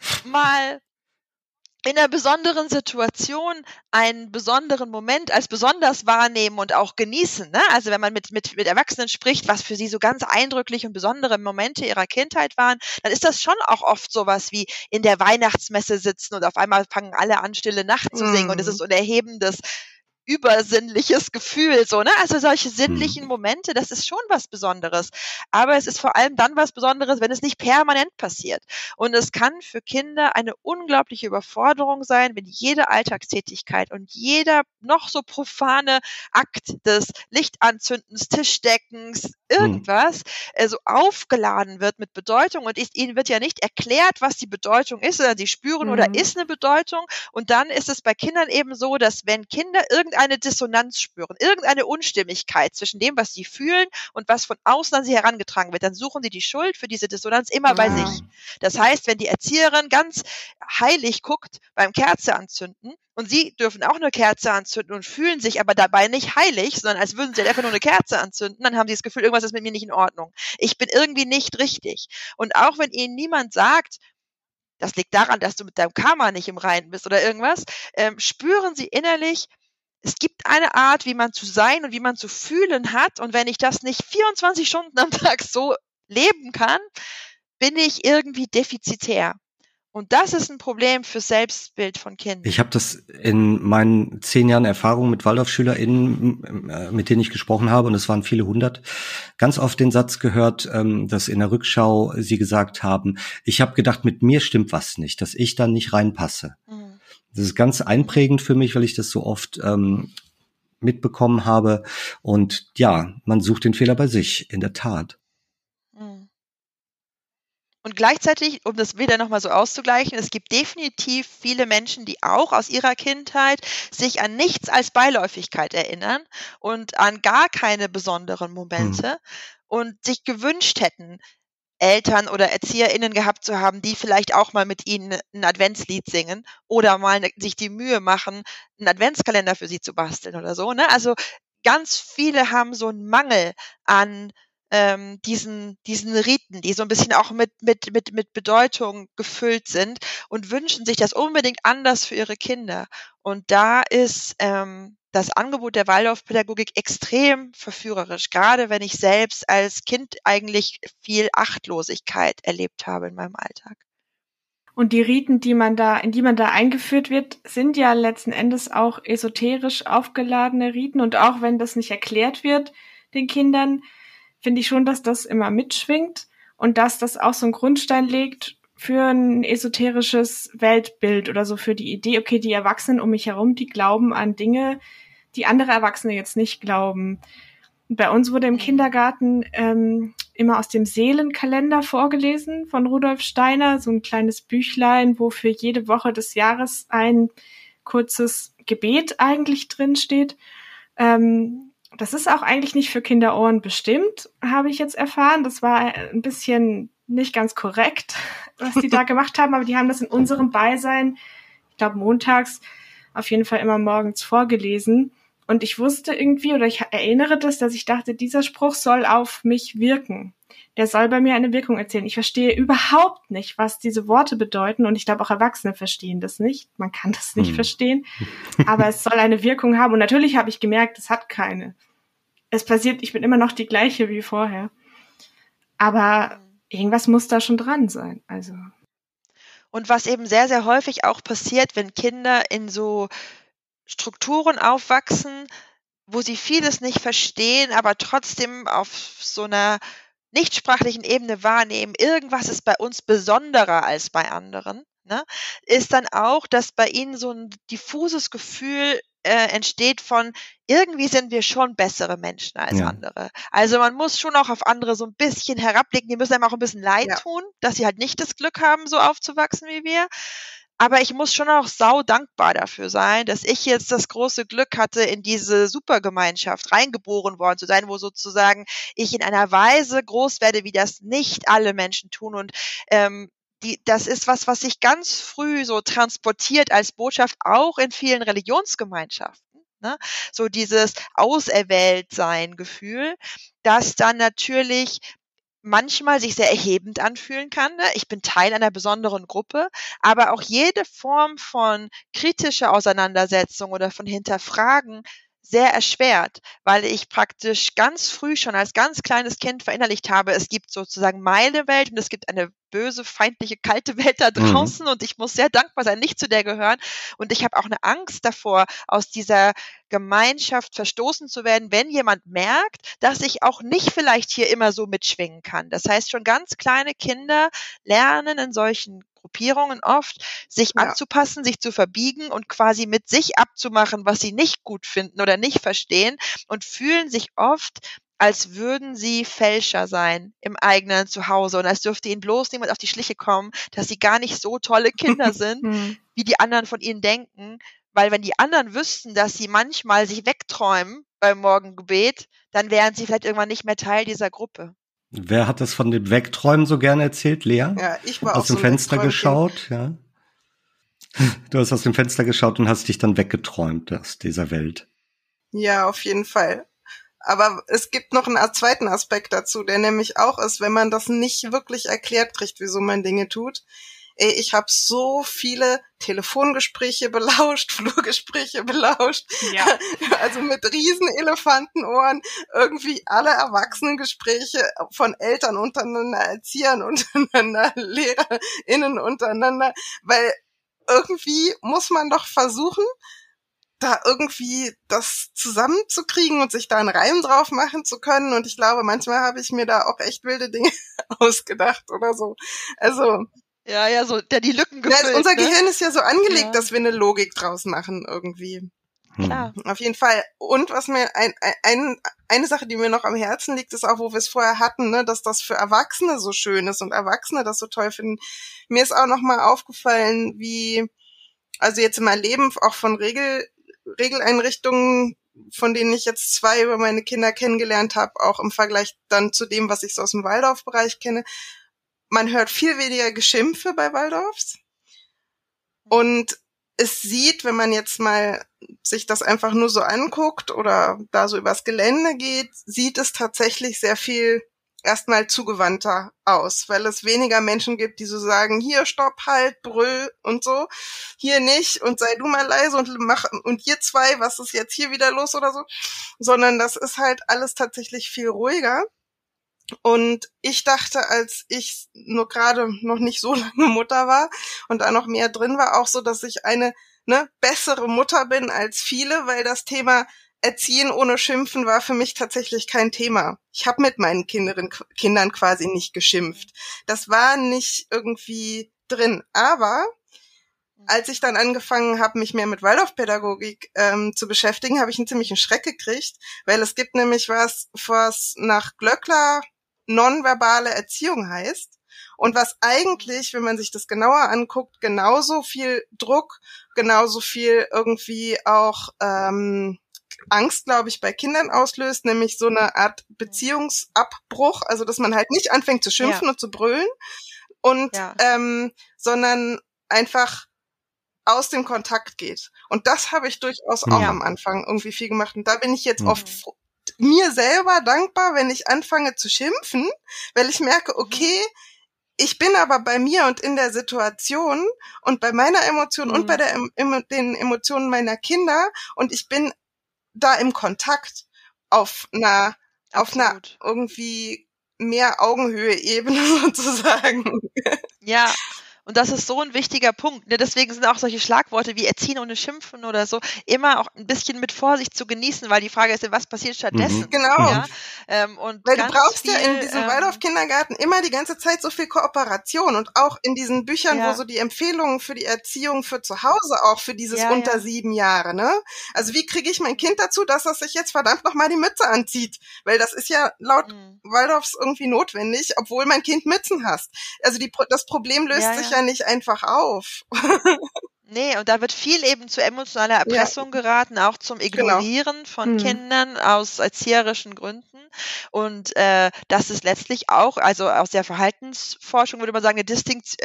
mal in einer besonderen Situation einen besonderen Moment als besonders wahrnehmen und auch genießen. Ne? Also wenn man mit Erwachsenen spricht, was für sie so ganz eindrücklich und besondere Momente ihrer Kindheit waren, dann ist das schon auch oft sowas wie in der Weihnachtsmesse sitzen und auf einmal fangen alle an, Stille Nacht zu singen und es ist so ein erhebendes übersinnliches Gefühl, so, ne? Also solche sinnlichen Momente, das ist schon was Besonderes. Aber es ist vor allem dann was Besonderes, wenn es nicht permanent passiert. Und es kann für Kinder eine unglaubliche Überforderung sein, wenn jede Alltagstätigkeit und jeder noch so profane Akt des Lichtanzündens, Tischdeckens, irgendwas, so aufgeladen wird mit Bedeutung und ihnen wird ja nicht erklärt, was die Bedeutung ist, sondern sie spüren oder ist eine Bedeutung. Und dann ist es bei Kindern eben so, dass wenn Kinder irgendeine Dissonanz spüren, irgendeine Unstimmigkeit zwischen dem, was sie fühlen und was von außen an sie herangetragen wird, dann suchen sie die Schuld für diese Dissonanz immer bei sich. Das heißt, wenn die Erzieherin ganz heilig guckt beim Kerze anzünden und sie dürfen auch eine Kerze anzünden und fühlen sich aber dabei nicht heilig, sondern als würden sie einfach nur eine Kerze anzünden, dann haben sie das Gefühl, irgendwas ist mit mir nicht in Ordnung. Ich bin irgendwie nicht richtig. Und auch wenn ihnen niemand sagt, das liegt daran, dass du mit deinem Karma nicht im Reinen bist oder irgendwas, spüren sie innerlich, es gibt eine Art, wie man zu sein und wie man zu fühlen hat. Und wenn ich das nicht 24 Stunden am Tag so leben kann, bin ich irgendwie defizitär. Und das ist ein Problem fürs Selbstbild von Kindern.
Ich habe das in meinen 10 Jahren Erfahrung mit WaldorfschülerInnen, mit denen ich gesprochen habe, und es waren viele 100, ganz oft den Satz gehört, dass in der Rückschau sie gesagt haben, ich habe gedacht, mit mir stimmt was nicht, dass ich da nicht reinpasse. Das ist ganz einprägend für mich, weil ich das so oft mitbekommen habe. Und ja, man sucht den Fehler bei sich, in der Tat.
Und gleichzeitig, um das wieder nochmal so auszugleichen, es gibt definitiv viele Menschen, die auch aus ihrer Kindheit sich an nichts als Beiläufigkeit erinnern und an gar keine besonderen Momente und sich gewünscht hätten, Eltern oder ErzieherInnen gehabt zu haben, die vielleicht auch mal mit ihnen ein Adventslied singen oder mal sich die Mühe machen, einen Adventskalender für sie zu basteln oder so, ne? Also ganz viele haben so einen Mangel an diesen Riten, die so ein bisschen auch mit Bedeutung gefüllt sind und wünschen sich das unbedingt anders für ihre Kinder. Und da ist das Angebot der Waldorfpädagogik extrem verführerisch, gerade wenn ich selbst als Kind eigentlich viel Achtlosigkeit erlebt habe in meinem Alltag.
Und die Riten, in die man da eingeführt wird, sind ja letzten Endes auch esoterisch aufgeladene Riten. Und auch wenn das nicht erklärt wird den Kindern, finde ich schon, dass das immer mitschwingt und dass das auch so einen Grundstein legt für ein esoterisches Weltbild oder so, für die Idee, okay, die Erwachsenen um mich herum, die glauben an Dinge, die andere Erwachsene jetzt nicht glauben. Bei uns wurde im Kindergarten immer aus dem Seelenkalender vorgelesen von Rudolf Steiner, so ein kleines Büchlein, wo für jede Woche des Jahres ein kurzes Gebet eigentlich drin steht. Das ist auch eigentlich nicht für Kinderohren bestimmt, habe ich jetzt erfahren. Das war ein bisschen nicht ganz korrekt, was die da gemacht haben, aber die haben das in unserem Beisein, ich glaube montags, auf jeden Fall immer morgens vorgelesen. Und ich wusste irgendwie, oder ich erinnere das, dass ich dachte, dieser Spruch soll auf mich wirken. Der soll bei mir eine Wirkung erzielen. Ich verstehe überhaupt nicht, was diese Worte bedeuten. Und ich glaube, auch Erwachsene verstehen das nicht. Man kann das nicht verstehen. Aber es soll eine Wirkung haben. Und natürlich habe ich gemerkt, es hat keine. Es passiert, ich bin immer noch die gleiche wie vorher. Aber irgendwas muss da schon dran sein. Also.
Und was eben sehr, sehr häufig auch passiert, wenn Kinder in so Strukturen aufwachsen, wo sie vieles nicht verstehen, aber trotzdem auf so einer nichtsprachlichen Ebene wahrnehmen, irgendwas ist bei uns besonderer als bei anderen, ne, ist dann auch, dass bei ihnen so ein diffuses Gefühl entsteht von, irgendwie sind wir schon bessere Menschen als andere. Also man muss schon auch auf andere so ein bisschen herabblicken, die müssen einem auch ein bisschen leid tun, dass sie halt nicht das Glück haben, so aufzuwachsen wie wir. Aber ich muss schon auch sau dankbar dafür sein, dass ich jetzt das große Glück hatte, in diese Supergemeinschaft reingeboren worden zu sein, wo sozusagen ich in einer Weise groß werde, wie das nicht alle Menschen tun. Und das ist was sich ganz früh so transportiert als Botschaft, auch in vielen Religionsgemeinschaften. Ne? So dieses Auserwähltsein-Gefühl, das dann natürlich manchmal sich sehr erhebend anfühlen kann. Ne? Ich bin Teil einer besonderen Gruppe, aber auch jede Form von kritischer Auseinandersetzung oder von Hinterfragen sehr erschwert, weil ich praktisch ganz früh schon als ganz kleines Kind verinnerlicht habe, es gibt sozusagen meine Welt und es gibt eine böse, feindliche, kalte Welt da draußen und ich muss sehr dankbar sein, nicht zu der gehören. Und ich habe auch eine Angst davor, aus dieser Gemeinschaft verstoßen zu werden, wenn jemand merkt, dass ich auch nicht vielleicht hier immer so mitschwingen kann. Das heißt, schon ganz kleine Kinder lernen in solchen Gruppierungen oft, sich anzupassen, sich zu verbiegen und quasi mit sich abzumachen, was sie nicht gut finden oder nicht verstehen und fühlen sich oft, als würden sie Fälscher sein im eigenen Zuhause und als dürfte ihnen bloß niemand auf die Schliche kommen, dass sie gar nicht so tolle Kinder sind, wie die anderen von ihnen denken. Weil wenn die anderen wüssten, dass sie manchmal sich wegträumen beim Morgengebet, dann wären sie vielleicht irgendwann nicht mehr Teil dieser Gruppe.
Wer hat das von dem Wegträumen so gerne erzählt? Lea?
Ja, ich war
aus dem Fenster geschaut, ja. Du hast aus dem Fenster geschaut und hast dich dann weggeträumt aus dieser Welt.
Ja, auf jeden Fall. Aber es gibt noch einen zweiten Aspekt dazu, der nämlich auch ist, wenn man das nicht wirklich erklärt kriegt, wieso man Dinge tut. Ich habe so viele Telefongespräche belauscht, Flurgespräche belauscht, also mit riesen Elefantenohren, irgendwie alle Erwachsenengespräche von Eltern untereinander, Erziehern untereinander, LehrerInnen untereinander, weil irgendwie muss man doch versuchen, da irgendwie das zusammenzukriegen und sich da einen Reim drauf machen zu können. Und ich glaube, manchmal habe ich mir da auch echt wilde Dinge ausgedacht oder so. Also
ja, so die Lücken gefüllt.
Unser Gehirn ist ja so angelegt, dass wir eine Logik draus machen irgendwie.
Klar.
Auf jeden Fall. Und was mir eine Sache, die mir noch am Herzen liegt, ist auch, wo wir es vorher hatten, ne, dass das für Erwachsene so schön ist und Erwachsene das so toll finden. Mir ist auch noch mal aufgefallen, wie, also jetzt in meinem Leben auch von Regeleinrichtungen, von denen ich jetzt 2 über meine Kinder kennengelernt habe, auch im Vergleich dann zu dem, was ich so aus dem Waldorfbereich kenne, man hört viel weniger Geschimpfe bei Waldorfs. Und es sieht, wenn man jetzt mal sich das einfach nur so anguckt oder da so übers Gelände geht, sieht es tatsächlich sehr viel erstmal zugewandter aus, weil es weniger Menschen gibt, die so sagen, hier, stopp, halt, brüll und so, hier nicht und sei du mal leise und mach, und ihr zwei, was ist jetzt hier wieder los oder so, sondern das ist halt alles tatsächlich viel ruhiger. Und ich dachte, als ich nur gerade noch nicht so lange Mutter war und da noch mehr drin war, auch so, dass ich eine bessere Mutter bin als viele, weil das Thema Erziehen ohne Schimpfen war für mich tatsächlich kein Thema. Ich habe mit meinen Kindern quasi nicht geschimpft. Das war nicht irgendwie drin. Aber als ich dann angefangen habe, mich mehr mit Waldorfpädagogik zu beschäftigen, habe ich einen ziemlichen Schreck gekriegt, weil es gibt nämlich was nach Glöckler nonverbale Erziehung heißt und was eigentlich, wenn man sich das genauer anguckt, genauso viel Druck, genauso viel irgendwie auch Angst, glaube ich, bei Kindern auslöst, nämlich so eine Art Beziehungsabbruch, also dass man halt nicht anfängt zu schimpfen und zu brüllen und sondern einfach aus dem Kontakt geht. Und das habe ich durchaus auch am Anfang irgendwie viel gemacht. Und da bin ich jetzt oft mir selber dankbar, wenn ich anfange zu schimpfen, weil ich merke, okay, ich bin aber bei mir und in der Situation und bei meiner Emotion und bei den Emotionen meiner Kinder und ich bin da im Kontakt auf einer irgendwie mehr Augenhöhe-Ebene sozusagen.
Ja. Und das ist so ein wichtiger Punkt. Ne? Deswegen sind auch solche Schlagworte wie Erziehen ohne Schimpfen oder so immer auch ein bisschen mit Vorsicht zu genießen, weil die Frage ist ja, was passiert stattdessen?
Genau.
Ja? Und
weil du brauchst ja in diesem Waldorf-Kindergarten immer die ganze Zeit so viel Kooperation und auch in diesen Büchern, wo so die Empfehlungen für die Erziehung für zu Hause auch für dieses unter 7 Jahre, ne? Also wie kriege ich mein Kind dazu, dass es sich jetzt verdammt nochmal die Mütze anzieht? Weil das ist ja laut Waldorfs irgendwie notwendig, obwohl mein Kind Mützen hasst. Also das Problem löst sich ja nicht einfach auf.
Nee, und da wird viel eben zu emotionaler Erpressung geraten, auch zum Ignorieren von Kindern aus erzieherischen Gründen. Und das ist letztlich auch, also aus der Verhaltensforschung würde man sagen, das ist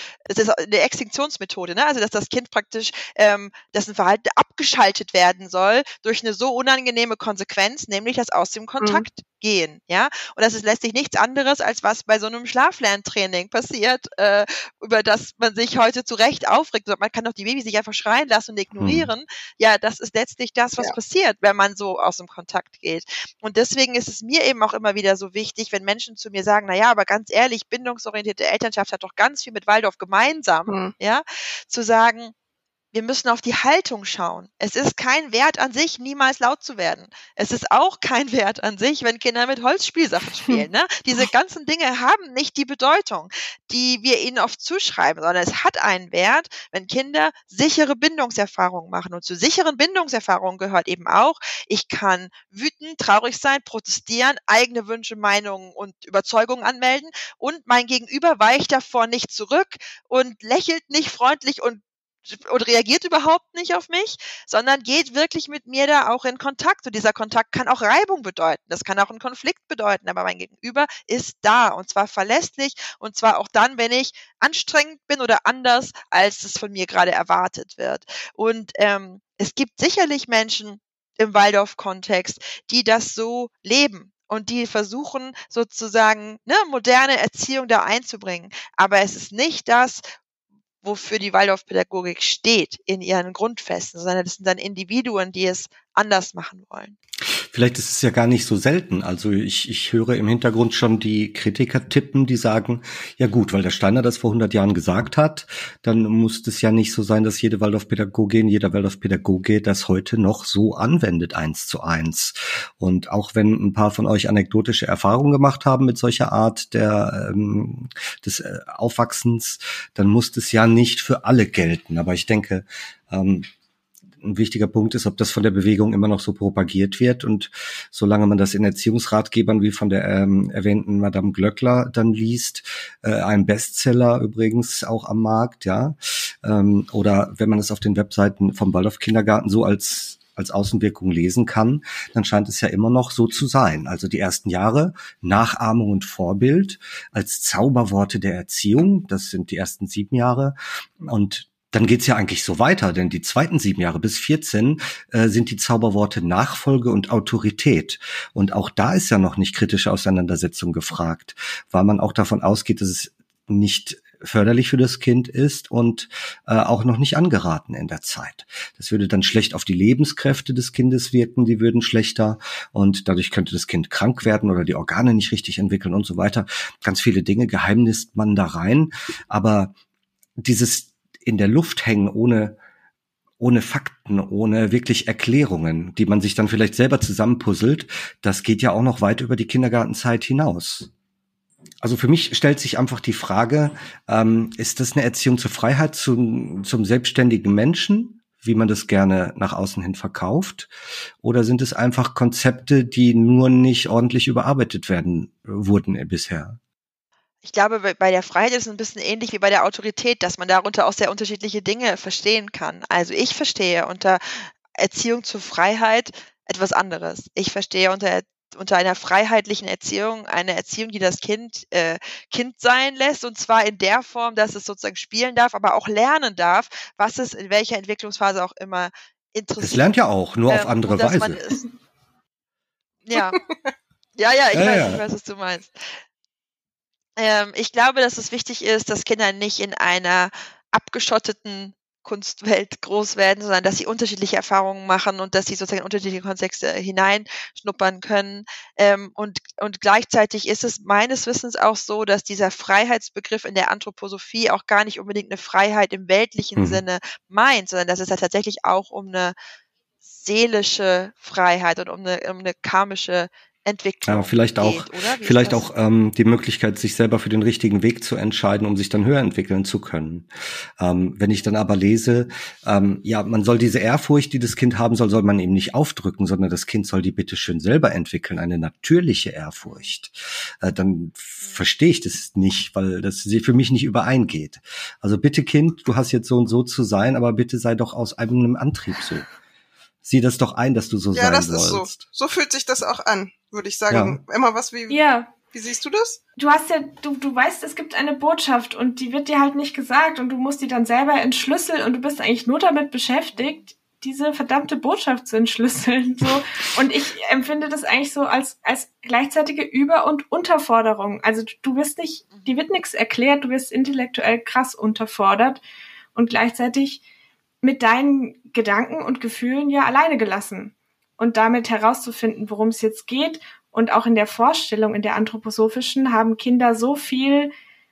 eine Extinktionsmethode, ne? Also dass das Kind praktisch, dessen Verhalten abgeschaltet werden soll durch eine so unangenehme Konsequenz, nämlich das aus dem Kontakt gehen, ja. Und das ist letztlich nichts anderes, als was bei so einem Schlaflerntraining passiert, über das man sich heute zu Recht aufregt. Man kann doch die Babys nicht einfach schreien lassen und ignorieren. Ja, das ist letztlich das, was passiert, wenn man so aus dem Kontakt geht. Und deswegen ist es mir eben auch immer wieder so wichtig, wenn Menschen zu mir sagen, na ja, aber ganz ehrlich, bindungsorientierte Elternschaft hat doch ganz viel mit Waldorf gemeinsam, ja, zu sagen, wir müssen auf die Haltung schauen. Es ist kein Wert an sich, niemals laut zu werden. Es ist auch kein Wert an sich, wenn Kinder mit Holzspielsachen spielen. Ne? Diese ganzen Dinge haben nicht die Bedeutung, die wir ihnen oft zuschreiben, sondern es hat einen Wert, wenn Kinder sichere Bindungserfahrungen machen. Und zu sicheren Bindungserfahrungen gehört eben auch, ich kann wütend, traurig sein, protestieren, eigene Wünsche, Meinungen und Überzeugungen anmelden und mein Gegenüber weicht davor nicht zurück und lächelt nicht freundlich und reagiert überhaupt nicht auf mich, sondern geht wirklich mit mir da auch in Kontakt. Und dieser Kontakt kann auch Reibung bedeuten. Das kann auch einen Konflikt bedeuten. Aber mein Gegenüber ist da und zwar verlässlich und zwar auch dann, wenn ich anstrengend bin oder anders, als es von mir gerade erwartet wird. Und es gibt sicherlich Menschen im Waldorf-Kontext, die das so leben. Und die versuchen sozusagen moderne Erziehung da einzubringen. Aber es ist nicht das, wofür die Waldorfpädagogik steht in ihren Grundfesten, sondern das sind dann Individuen, die es anders machen wollen.
Vielleicht ist es ja gar nicht so selten. Also ich höre im Hintergrund schon die Kritiker tippen, die sagen, ja gut, weil der Steiner das vor 100 Jahren gesagt hat, dann muss es ja nicht so sein, dass jede Waldorfpädagogin, jeder Waldorfpädagoge das heute noch so anwendet, 1:1. Und auch wenn ein paar von euch anekdotische Erfahrungen gemacht haben mit solcher Art des Aufwachsens, dann muss das ja nicht für alle gelten. Aber ich denke, ein wichtiger Punkt ist, ob das von der Bewegung immer noch so propagiert wird. Und solange man das in Erziehungsratgebern wie von der erwähnten Madame Glöckler dann liest, ein Bestseller übrigens auch am Markt, ja, oder wenn man es auf den Webseiten vom Waldorf Kindergarten so als als Außenwirkung lesen kann, dann scheint es ja immer noch so zu sein. Also die ersten Jahre, Nachahmung und Vorbild als Zauberworte der Erziehung, das sind die ersten 7 Jahre. Und dann geht's ja eigentlich so weiter, denn die zweiten 7 Jahre bis 14 sind die Zauberworte Nachfolge und Autorität. Und auch da ist ja noch nicht kritische Auseinandersetzung gefragt, weil man auch davon ausgeht, dass es nicht förderlich für das Kind ist und auch noch nicht angeraten in der Zeit. Das würde dann schlecht auf die Lebenskräfte des Kindes wirken, die würden schlechter und dadurch könnte das Kind krank werden oder die Organe nicht richtig entwickeln und so weiter. Ganz viele Dinge geheimnisst man da rein, aber dieses in der Luft hängen ohne Fakten, ohne wirklich Erklärungen, die man sich dann vielleicht selber zusammenpuzzelt, das geht ja auch noch weit über die Kindergartenzeit hinaus. Also für mich stellt sich einfach die Frage, ist das eine Erziehung zur Freiheit, zum selbstständigen Menschen, wie man das gerne nach außen hin verkauft? Oder sind es einfach Konzepte, die nur nicht ordentlich überarbeitet wurden bisher?
Ich glaube, bei der Freiheit ist es ein bisschen ähnlich wie bei der Autorität, dass man darunter auch sehr unterschiedliche Dinge verstehen kann. Also ich verstehe unter Erziehung zur Freiheit etwas anderes. Ich verstehe unter einer freiheitlichen Erziehung eine Erziehung, die das Kind Kind sein lässt, und zwar in der Form, dass es sozusagen spielen darf, aber auch lernen darf, was es in welcher Entwicklungsphase auch immer interessiert.
Es lernt ja auch, nur auf andere Weise.
Ja, ich weiß, was du meinst. Ich glaube, dass es wichtig ist, dass Kinder nicht in einer abgeschotteten Kunstwelt groß werden, sondern dass sie unterschiedliche Erfahrungen machen und dass sie sozusagen in unterschiedliche Kontexte hineinschnuppern können. Und gleichzeitig ist es meines Wissens auch so, dass dieser Freiheitsbegriff in der Anthroposophie auch gar nicht unbedingt eine Freiheit im weltlichen Sinne meint, sondern dass es ja tatsächlich auch um eine seelische Freiheit und um eine karmische Entwicklung.
Ja, vielleicht auch die Möglichkeit, sich selber für den richtigen Weg zu entscheiden, um sich dann höher entwickeln zu können. Wenn ich dann aber lese, man soll diese Ehrfurcht, die das Kind haben soll man eben nicht aufdrücken, sondern das Kind soll die bitteschön selber entwickeln, eine natürliche Ehrfurcht. Dann verstehe ich das nicht, weil das für mich nicht übereingeht. Also bitte Kind, du hast jetzt so und so zu sein, aber bitte sei doch aus einem Antrieb so. Sieh das doch ein, dass du so sein sollst. Ja, das ist so.
So fühlt sich das auch an, würde ich sagen. Ja. Emma, wie siehst du das?
Du hast ja, du weißt, es gibt eine Botschaft und die wird dir halt nicht gesagt und du musst die dann selber entschlüsseln und du bist eigentlich nur damit beschäftigt, diese verdammte Botschaft zu entschlüsseln. So. Und ich empfinde das eigentlich so als gleichzeitige Über- und Unterforderung. Also dir wird nichts erklärt, du wirst intellektuell krass unterfordert und gleichzeitig mit deinen Gedanken und Gefühlen ja alleine gelassen. Und damit herauszufinden, worum es jetzt geht. Und auch in der Vorstellung, in der anthroposophischen, haben Kinder so viel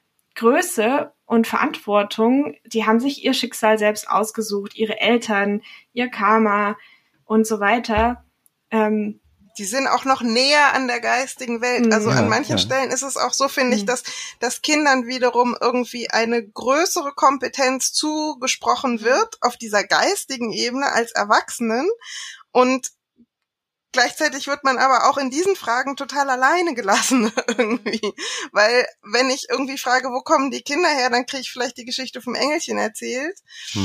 Größe und Verantwortung. Die haben sich ihr Schicksal selbst ausgesucht, ihre Eltern, ihr Karma und so weiter.
Die sind auch noch näher an der geistigen Welt. Also an manchen Stellen ist es auch so, finde ich, dass Kindern wiederum irgendwie eine größere Kompetenz zugesprochen wird auf dieser geistigen Ebene als Erwachsenen. Und gleichzeitig wird man aber auch in diesen Fragen total alleine gelassen irgendwie. Weil wenn ich irgendwie frage, wo kommen die Kinder her, dann kriege ich vielleicht die Geschichte vom Engelchen erzählt.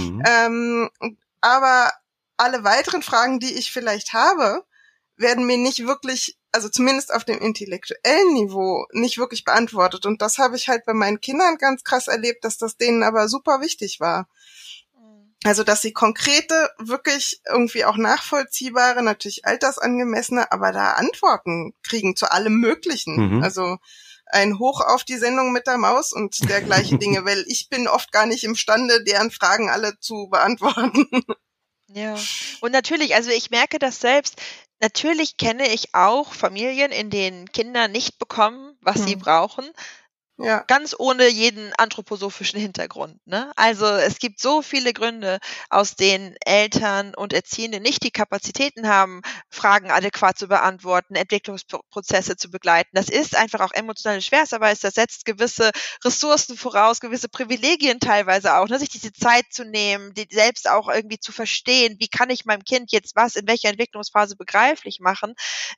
Aber alle weiteren Fragen, die ich vielleicht habe, werden mir nicht wirklich, also zumindest auf dem intellektuellen Niveau, nicht wirklich beantwortet. Und das habe ich halt bei meinen Kindern ganz krass erlebt, dass das denen aber super wichtig war. Also, dass sie konkrete, wirklich irgendwie auch nachvollziehbare, natürlich altersangemessene, aber da Antworten kriegen zu allem Möglichen. Also ein Hoch auf die Sendung mit der Maus und dergleichen Dinge, weil ich bin oft gar nicht imstande, deren Fragen alle zu beantworten.
Ja, und natürlich, also ich merke das selbst. Natürlich kenne ich auch Familien, in denen Kinder nicht bekommen, was sie brauchen. Ja. Ganz ohne jeden anthroposophischen Hintergrund, ne? Also es gibt so viele Gründe, aus denen Eltern und Erziehende nicht die Kapazitäten haben, Fragen adäquat zu beantworten, Entwicklungsprozesse zu begleiten. Das ist einfach auch emotionale Schwerstarbeit, das setzt gewisse Ressourcen voraus, gewisse Privilegien teilweise auch, ne? Sich diese Zeit zu nehmen, die selbst auch irgendwie zu verstehen, wie kann ich meinem Kind jetzt was in welcher Entwicklungsphase begreiflich machen.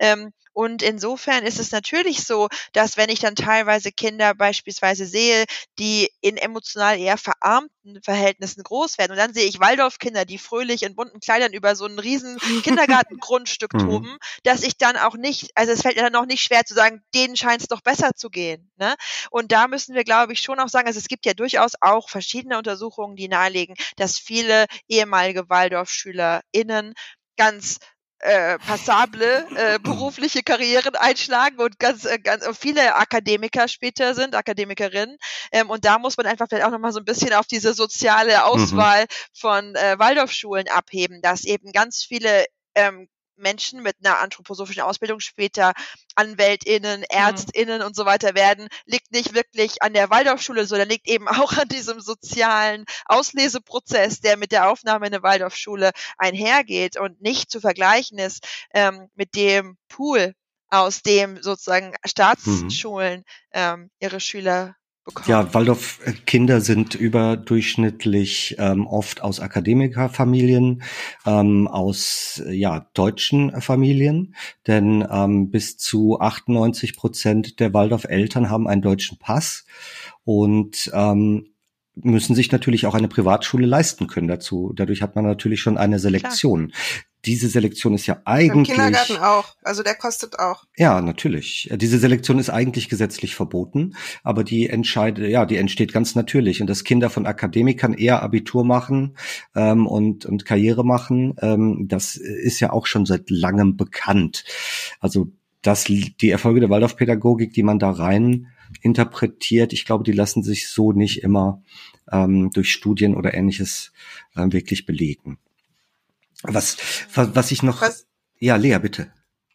Und insofern ist es natürlich so, dass wenn ich dann teilweise Kinder beispielsweise sehe, die in emotional eher verarmten Verhältnissen groß werden, und dann sehe ich Waldorfkinder, die fröhlich in bunten Kleidern über so ein riesen Kindergartengrundstück toben, dass ich dann auch nicht, also es fällt mir dann auch nicht schwer zu sagen, denen scheint es doch besser zu gehen. Ne? Und da müssen wir, glaube ich, schon auch sagen, also es gibt ja durchaus auch verschiedene Untersuchungen, die nahelegen, dass viele ehemalige WaldorfschülerInnen ganz passable berufliche Karrieren einschlagen und ganz viele Akademiker später sind, Akademikerinnen. Und da muss man einfach vielleicht auch nochmal so ein bisschen auf diese soziale Auswahl von Waldorfschulen abheben, dass eben ganz viele Menschen mit einer anthroposophischen Ausbildung später AnwältInnen, ÄrztInnen und so weiter werden, liegt nicht wirklich an der Waldorfschule, sondern liegt eben auch an diesem sozialen Ausleseprozess, der mit der Aufnahme in eine Waldorfschule einhergeht und nicht zu vergleichen ist mit dem Pool, aus dem sozusagen Staatsschulen ihre Schüler bekommen.
Ja, Waldorf-Kinder sind überdurchschnittlich oft aus Akademikerfamilien, aus deutschen Familien, denn bis zu 98% der Waldorf-Eltern haben einen deutschen Pass und müssen sich natürlich auch eine Privatschule leisten können dazu. Dadurch hat man natürlich schon eine Selektion. Klar. Diese Selektion ist ja eigentlich...
Im Kindergarten auch. Also der kostet auch.
Ja, natürlich. Diese Selektion ist eigentlich gesetzlich verboten, aber die entsteht ganz natürlich. Und dass Kinder von Akademikern eher Abitur machen und Karriere machen, das ist ja auch schon seit langem bekannt. Also die Erfolge der Waldorfpädagogik, die man da rein interpretiert, ich glaube, die lassen sich so nicht immer durch Studien oder Ähnliches wirklich belegen. Was ich noch... Ja, Lea, bitte.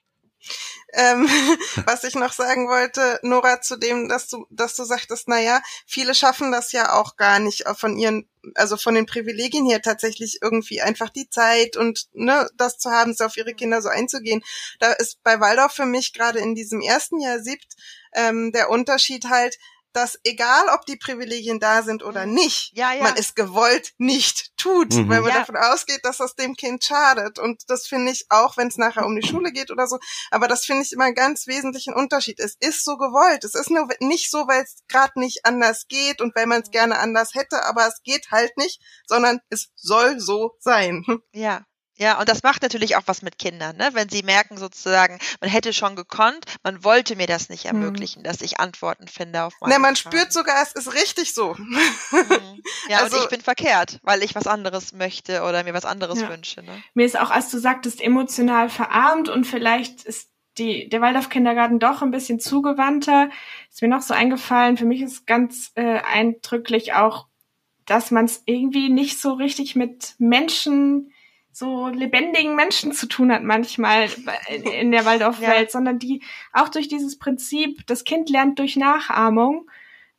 Was ich noch sagen wollte, Nora, zu dem, dass du sagtest, viele schaffen das ja auch gar nicht von den Privilegien her tatsächlich irgendwie einfach die Zeit und das zu haben, so auf ihre Kinder so einzugehen. Da ist bei Waldorf für mich gerade in diesem ersten Jahr der Unterschied halt, dass egal, ob die Privilegien da sind oder nicht, man es gewollt nicht tut, weil man davon ausgeht, dass das dem Kind schadet. Und das finde ich auch, wenn es nachher um die Schule geht oder so, aber das finde ich immer einen ganz wesentlichen Unterschied. Es ist so gewollt. Es ist nur nicht so, weil es gerade nicht anders geht und weil man es gerne anders hätte, aber es geht halt nicht, sondern es soll so sein.
Ja. Ja, und das macht natürlich auch was mit Kindern, ne? Wenn sie merken sozusagen, man hätte schon gekonnt, man wollte mir das nicht ermöglichen, dass ich Antworten finde auf meine
man
Fragen.
Spürt sogar, es ist richtig so.
Ja, also, und ich bin verkehrt, weil ich was anderes möchte oder mir was anderes wünsche. Ne?
Mir ist auch, als du sagtest, emotional verarmt und vielleicht ist der Waldorf-Kindergarten doch ein bisschen zugewandter. Ist mir noch so eingefallen, für mich ist ganz eindrücklich auch, dass man es irgendwie nicht so richtig mit Menschen, so lebendigen Menschen zu tun hat manchmal in der Waldorfwelt, sondern die auch durch dieses Prinzip, das Kind lernt durch Nachahmung,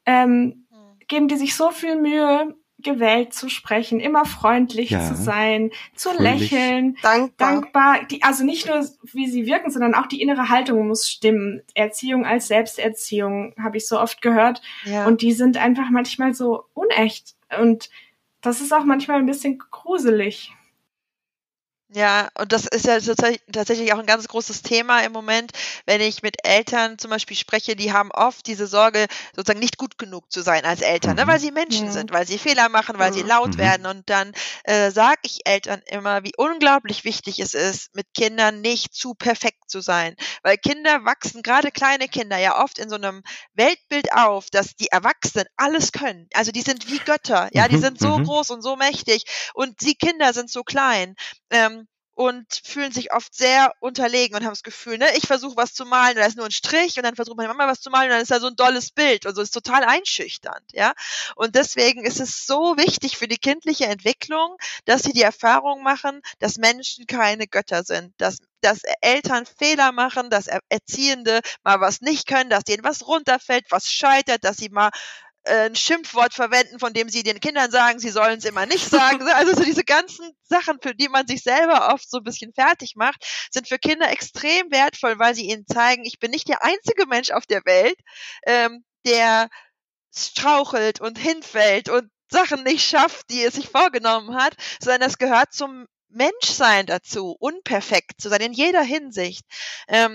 geben die sich so viel Mühe, gewählt zu sprechen, immer freundlich zu sein, zu lächeln, dankbar. Also nicht nur, wie sie wirken, sondern auch die innere Haltung muss stimmen. Erziehung als Selbsterziehung, habe ich so oft gehört. Ja. Und die sind einfach manchmal so unecht. Und das ist auch manchmal ein bisschen gruselig.
Ja, und das ist ja tatsächlich auch ein ganz großes Thema im Moment, wenn ich mit Eltern zum Beispiel spreche, die haben oft diese Sorge, sozusagen nicht gut genug zu sein als Eltern, ne, weil sie Menschen sind, weil sie Fehler machen, weil sie laut werden. Und dann sage ich Eltern immer, wie unglaublich wichtig es ist, mit Kindern nicht zu perfekt zu sein. Weil Kinder wachsen, gerade kleine Kinder, ja oft in so einem Weltbild auf, dass die Erwachsenen alles können. Also die sind wie Götter, ja, die sind so groß und so mächtig und die Kinder sind so klein. Und fühlen sich oft sehr unterlegen und haben das Gefühl, ne, ich versuche was zu malen, da ist nur ein Strich und dann versucht meine Mama was zu malen und dann ist da so ein dolles Bild und so, ist total einschüchternd, ja. Und deswegen ist es so wichtig für die kindliche Entwicklung, dass sie die Erfahrung machen, dass Menschen keine Götter sind, dass Eltern Fehler machen, dass Erziehende mal was nicht können, dass denen was runterfällt, was scheitert, dass sie mal ein Schimpfwort verwenden, von dem sie den Kindern sagen, sie sollen es immer nicht sagen. Also so diese ganzen Sachen, für die man sich selber oft so ein bisschen fertig macht, sind für Kinder extrem wertvoll, weil sie ihnen zeigen, ich bin nicht der einzige Mensch auf der Welt, der strauchelt und hinfällt und Sachen nicht schafft, die er sich vorgenommen hat, sondern das gehört zum Menschsein dazu, unperfekt zu sein in jeder Hinsicht.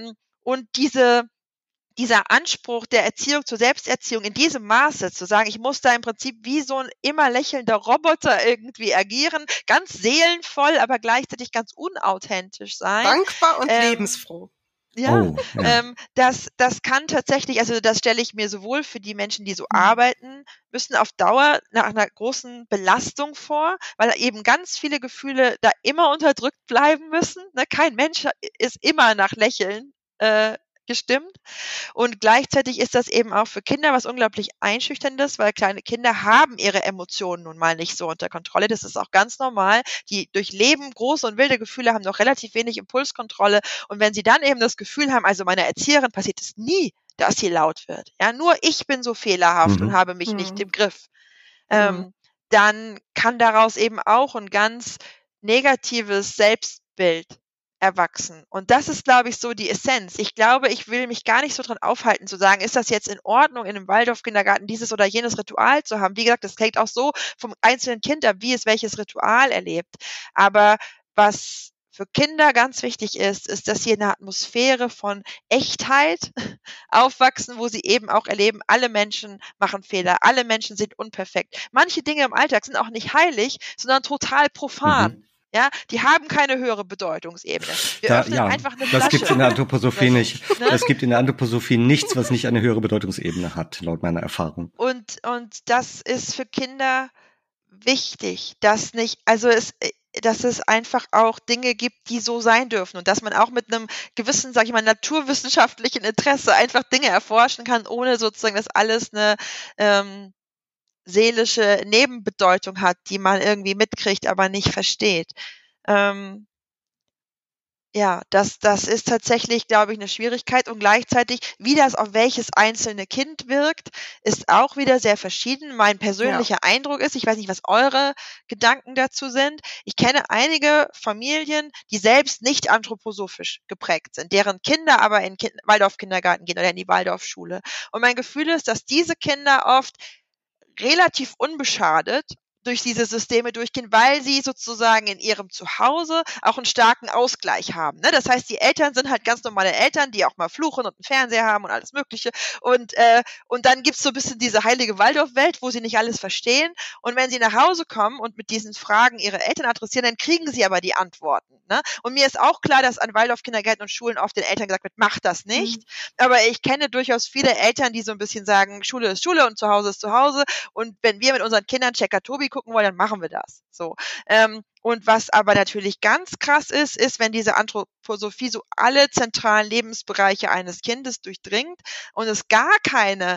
Und dieser Anspruch der Erziehung zur Selbsterziehung in diesem Maße zu sagen, ich muss da im Prinzip wie so ein immer lächelnder Roboter irgendwie agieren, ganz seelenvoll, aber gleichzeitig ganz unauthentisch sein.
Dankbar und lebensfroh.
Ja, das kann tatsächlich, also das stelle ich mir sowohl für die Menschen, die so arbeiten müssen, auf Dauer nach einer großen Belastung vor, weil eben ganz viele Gefühle da immer unterdrückt bleiben müssen. Ne? Kein Mensch ist immer nach Lächeln gestimmt. Und gleichzeitig ist das eben auch für Kinder was unglaublich Einschüchterndes, weil kleine Kinder haben ihre Emotionen nun mal nicht so unter Kontrolle. Das ist auch ganz normal. Die durchleben große und wilde Gefühle, haben noch relativ wenig Impulskontrolle. Und wenn sie dann eben das Gefühl haben, also meiner Erzieherin passiert es nie, dass sie laut wird. Ja, nur ich bin so fehlerhaft und habe mich nicht im Griff. Dann kann daraus eben auch ein ganz negatives Selbstbild erwachsen. Und das ist, glaube ich, so die Essenz. Ich glaube, ich will mich gar nicht so dran aufhalten, zu sagen, ist das jetzt in Ordnung, in einem Waldorf-Kindergarten dieses oder jenes Ritual zu haben? Wie gesagt, das hängt auch so vom einzelnen Kind ab, wie es welches Ritual erlebt. Aber was für Kinder ganz wichtig ist, dass sie in einer Atmosphäre von Echtheit aufwachsen, wo sie eben auch erleben, alle Menschen machen Fehler, alle Menschen sind unperfekt. Manche Dinge im Alltag sind auch nicht heilig, sondern total profan. Ja, die haben keine höhere Bedeutungsebene. Wir öffnen einfach eine Flasche.
Das gibt es in der Anthroposophie nicht. Ne? Es gibt in der Anthroposophie nichts, was nicht eine höhere Bedeutungsebene hat, laut meiner Erfahrung.
Und das ist für Kinder wichtig, dass es einfach auch Dinge gibt, die so sein dürfen und dass man auch mit einem gewissen, sage ich mal, naturwissenschaftlichen Interesse einfach Dinge erforschen kann, ohne sozusagen, dass alles eine seelische Nebenbedeutung hat, die man irgendwie mitkriegt, aber nicht versteht. Das ist tatsächlich, glaube ich, eine Schwierigkeit und gleichzeitig, wie das auf welches einzelne Kind wirkt, ist auch wieder sehr verschieden. Mein persönlicher Eindruck ist, ich weiß nicht, was eure Gedanken dazu sind. Ich kenne einige Familien, die selbst nicht anthroposophisch geprägt sind, deren Kinder aber in Waldorf-Kindergarten gehen oder in die Waldorfschule. Und mein Gefühl ist, dass diese Kinder oft relativ unbeschadet durch diese Systeme durchgehen, weil sie sozusagen in ihrem Zuhause auch einen starken Ausgleich haben. Ne? Das heißt, die Eltern sind halt ganz normale Eltern, die auch mal fluchen und einen Fernseher haben und alles Mögliche. Und dann gibt's so ein bisschen diese heilige Waldorf-Welt, wo sie nicht alles verstehen. Und wenn sie nach Hause kommen und mit diesen Fragen ihre Eltern adressieren, dann kriegen sie aber die Antworten. Ne? Und mir ist auch klar, dass an Waldorf-Kindergärten und Schulen oft den Eltern gesagt wird, mach das nicht. Aber ich kenne durchaus viele Eltern, die so ein bisschen sagen, Schule ist Schule und Zuhause ist Zuhause. Und wenn wir mit unseren Kindern Checker Tobi gucken wollen, dann machen wir das. So. Und was aber natürlich ganz krass ist, wenn diese Anthroposophie so alle zentralen Lebensbereiche eines Kindes durchdringt und es gar keine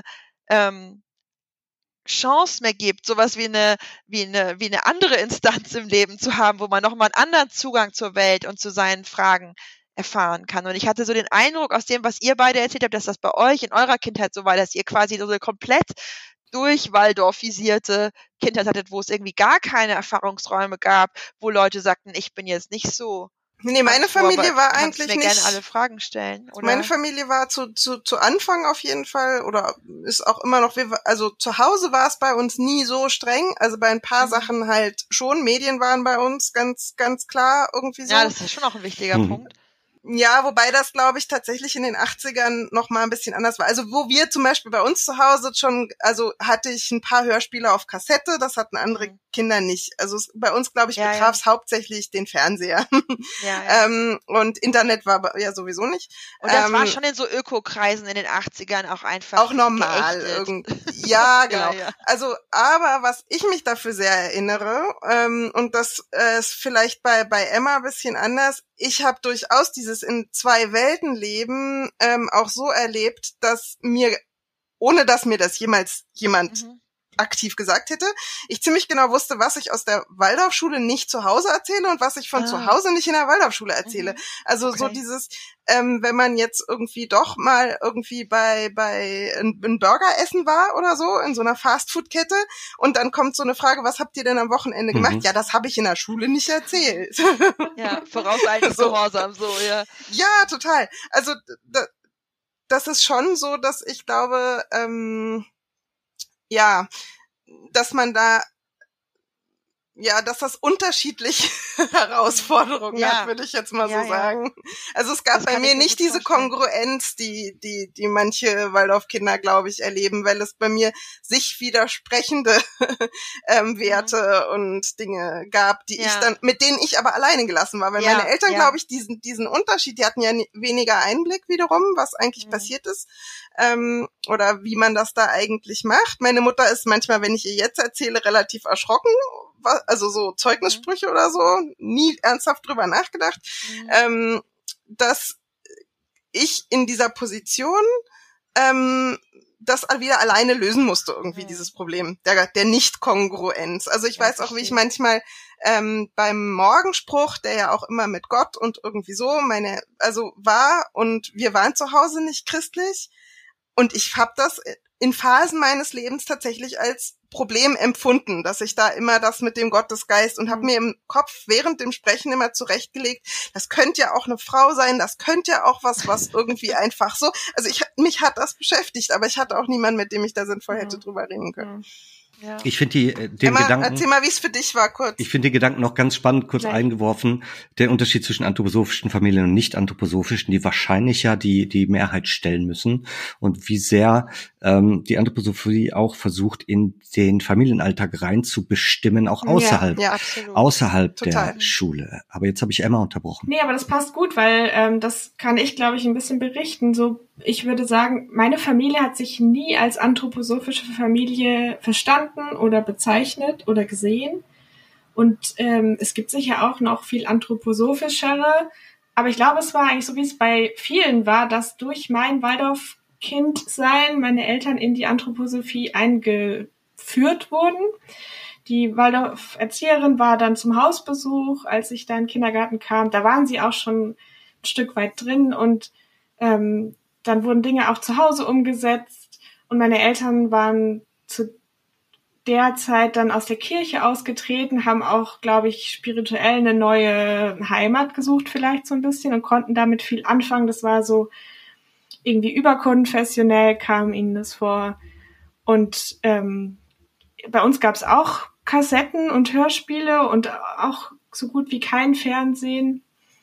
Chance mehr gibt, sowas wie eine andere Instanz im Leben zu haben, wo man nochmal einen anderen Zugang zur Welt und zu seinen Fragen erfahren kann. Und ich hatte so den Eindruck aus dem, was ihr beide erzählt habt, dass das bei euch in eurer Kindheit so war, dass ihr quasi so eine komplett durchwaldorfisierte Kindheit hattet, wo es irgendwie gar keine Erfahrungsräume gab, wo Leute sagten, ich bin jetzt nicht so.
Nee, meine Familie war eigentlich
nicht. Gerne alle Fragen stellen. Oder?
Meine Familie war zu Anfang auf jeden Fall oder ist auch immer noch. Also zu Hause war es bei uns nie so streng. Also bei ein paar Sachen halt schon. Medien waren bei uns ganz klar irgendwie so.
Ja, das ist schon auch ein wichtiger Punkt.
Ja, wobei das, glaube ich, tatsächlich in den 80ern noch mal ein bisschen anders war. Also wo wir zum Beispiel bei uns zu Hause schon, also hatte ich ein paar Hörspiele auf Kassette, das hatten andere Kinder nicht. Also bei uns, glaube ich, betraf es hauptsächlich den Fernseher. Und Internet war ja sowieso nicht.
Und das war schon in so Ökokreisen in den 80ern auch einfach
auch normal irgendwie. Ja, genau. Ja. Also, aber was ich mich dafür sehr erinnere, und das ist vielleicht bei Emma ein bisschen anders, ich habe durchaus dieses in zwei Welten leben auch so erlebt, dass ohne dass mir das jemals jemand aktiv gesagt hätte, ich ziemlich genau wusste, was ich aus der Waldorfschule nicht zu Hause erzähle und was ich von zu Hause nicht in der Waldorfschule erzähle. Also so dieses, wenn man jetzt irgendwie doch mal irgendwie bei ein Burger essen war oder so, in so einer Fastfood-Kette und dann kommt so eine Frage, was habt ihr denn am Wochenende gemacht? Ja, das habe ich in der Schule nicht erzählt.
Ja, vorauseilend Gehorsam, so, ja.
Ja, total. Also das ist schon so, dass ich glaube, dass man da dass das unterschiedliche Herausforderungen hat, würde ich jetzt mal so sagen. Also es gab bei mir nicht diese Kongruenz, die manche Waldorfkinder, glaube ich, erleben, weil es bei mir sich widersprechende Werte und Dinge gab, die ich dann, mit denen ich aber alleine gelassen war, weil meine Eltern, glaube ich, diesen Unterschied, die hatten ja weniger Einblick wiederum, was eigentlich passiert ist, oder wie man das da eigentlich macht. Meine Mutter ist manchmal, wenn ich ihr jetzt erzähle, relativ erschrocken, also so Zeugnissprüche oder so, nie ernsthaft drüber nachgedacht, dass ich in dieser Position das wieder alleine lösen musste, irgendwie dieses Problem der Nicht-Kongruenz. Also ich weiß auch, wie ich manchmal beim Morgenspruch, der ja auch immer mit Gott und irgendwie so war, und wir waren zu Hause nicht christlich, und ich habe das in Phasen meines Lebens tatsächlich als Problem empfunden, dass ich da immer das mit dem Gottesgeist, und habe mir im Kopf während dem Sprechen immer zurechtgelegt, das könnte ja auch eine Frau sein, das könnte ja auch was irgendwie einfach so. Also mich hat das beschäftigt, aber ich hatte auch niemanden, mit dem ich da sinnvoll hätte drüber reden können.
Ja.
Ich finde Gedanken.
Erzähl mal, wie es für dich war, kurz.
Ich finde den Gedanken noch ganz spannend, kurz eingeworfen. Der Unterschied zwischen anthroposophischen Familien und nicht anthroposophischen, die wahrscheinlich ja die Mehrheit stellen müssen, und wie sehr die Anthroposophie auch versucht, in den Familienalltag rein zu bestimmen, auch außerhalb der Schule. Aber jetzt habe ich Emma unterbrochen.
Nee, aber das passt gut, weil das kann ich, glaube ich, ein bisschen berichten. So, ich würde sagen, meine Familie hat sich nie als anthroposophische Familie verstanden oder bezeichnet oder gesehen. Und es gibt sicher auch noch viel anthroposophischere. Aber ich glaube, es war eigentlich so, wie es bei vielen war, dass durch mein Waldorf-Kind-Sein meine Eltern in die Anthroposophie eingeführt wurden. Die Waldorf-Erzieherin war dann zum Hausbesuch, als ich da in den Kindergarten kam. Da waren sie auch schon ein Stück weit drin, und dann wurden Dinge auch zu Hause umgesetzt, und meine Eltern waren zu der Zeit dann aus der Kirche ausgetreten, haben auch, glaube ich, spirituell eine neue Heimat gesucht vielleicht so ein bisschen und konnten damit viel anfangen. Das war so irgendwie überkonfessionell, kam ihnen das vor. Und bei uns gab es auch Kassetten und Hörspiele und auch so gut wie kein Fernsehen.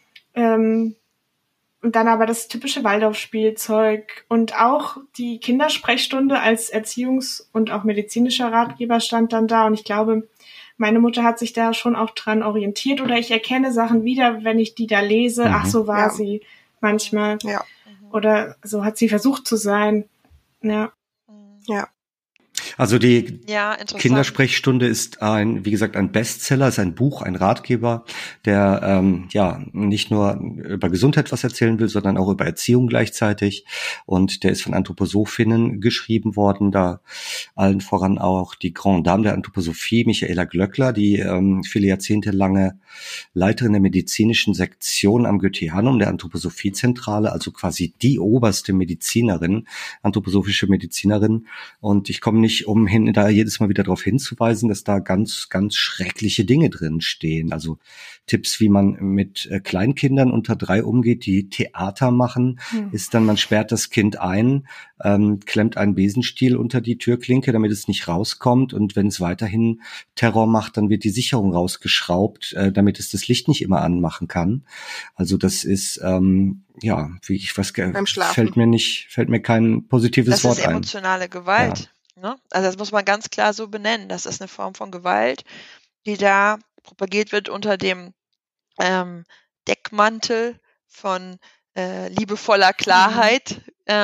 Und dann aber das typische Waldorf-Spielzeug und auch die Kindersprechstunde als Erziehungs- und auch medizinischer Ratgeber stand dann da. Und ich glaube, meine Mutter hat sich da schon auch dran orientiert, oder ich erkenne Sachen wieder, wenn ich die da lese. Ach, so war sie manchmal.
Ja.
Oder so hat sie versucht zu sein. Ja.
Also die Kindersprechstunde ist wie gesagt, ein Bestseller, ist ein Buch, ein Ratgeber, der nicht nur über Gesundheit was erzählen will, sondern auch über Erziehung gleichzeitig. Und der ist von Anthroposophinnen geschrieben worden, da allen voran auch die Grande Dame der Anthroposophie, Michaela Glöckler, die viele Jahrzehnte lange Leiterin der medizinischen Sektion am Goetheanum, der Anthroposophiezentrale, also quasi die oberste Medizinerin, anthroposophische Medizinerin. Und ich komme nicht umhin, da jedes Mal wieder darauf hinzuweisen, dass da ganz, ganz schreckliche Dinge drin stehen. Also Tipps, wie man mit Kleinkindern unter 3 umgeht, die Theater machen, ist dann, man sperrt das Kind ein, klemmt einen Besenstiel unter die Türklinke, damit es nicht rauskommt, und wenn es weiterhin Terror macht, dann wird die Sicherung rausgeschraubt, damit es das Licht nicht immer anmachen kann. Also das ist, wie ich weiß, fällt mir kein positives Wort ein.
Das ist emotionale Gewalt. Ja. Ne? Also das muss man ganz klar so benennen. Das ist eine Form von Gewalt, die da propagiert wird unter dem Deckmantel von liebevoller Klarheit.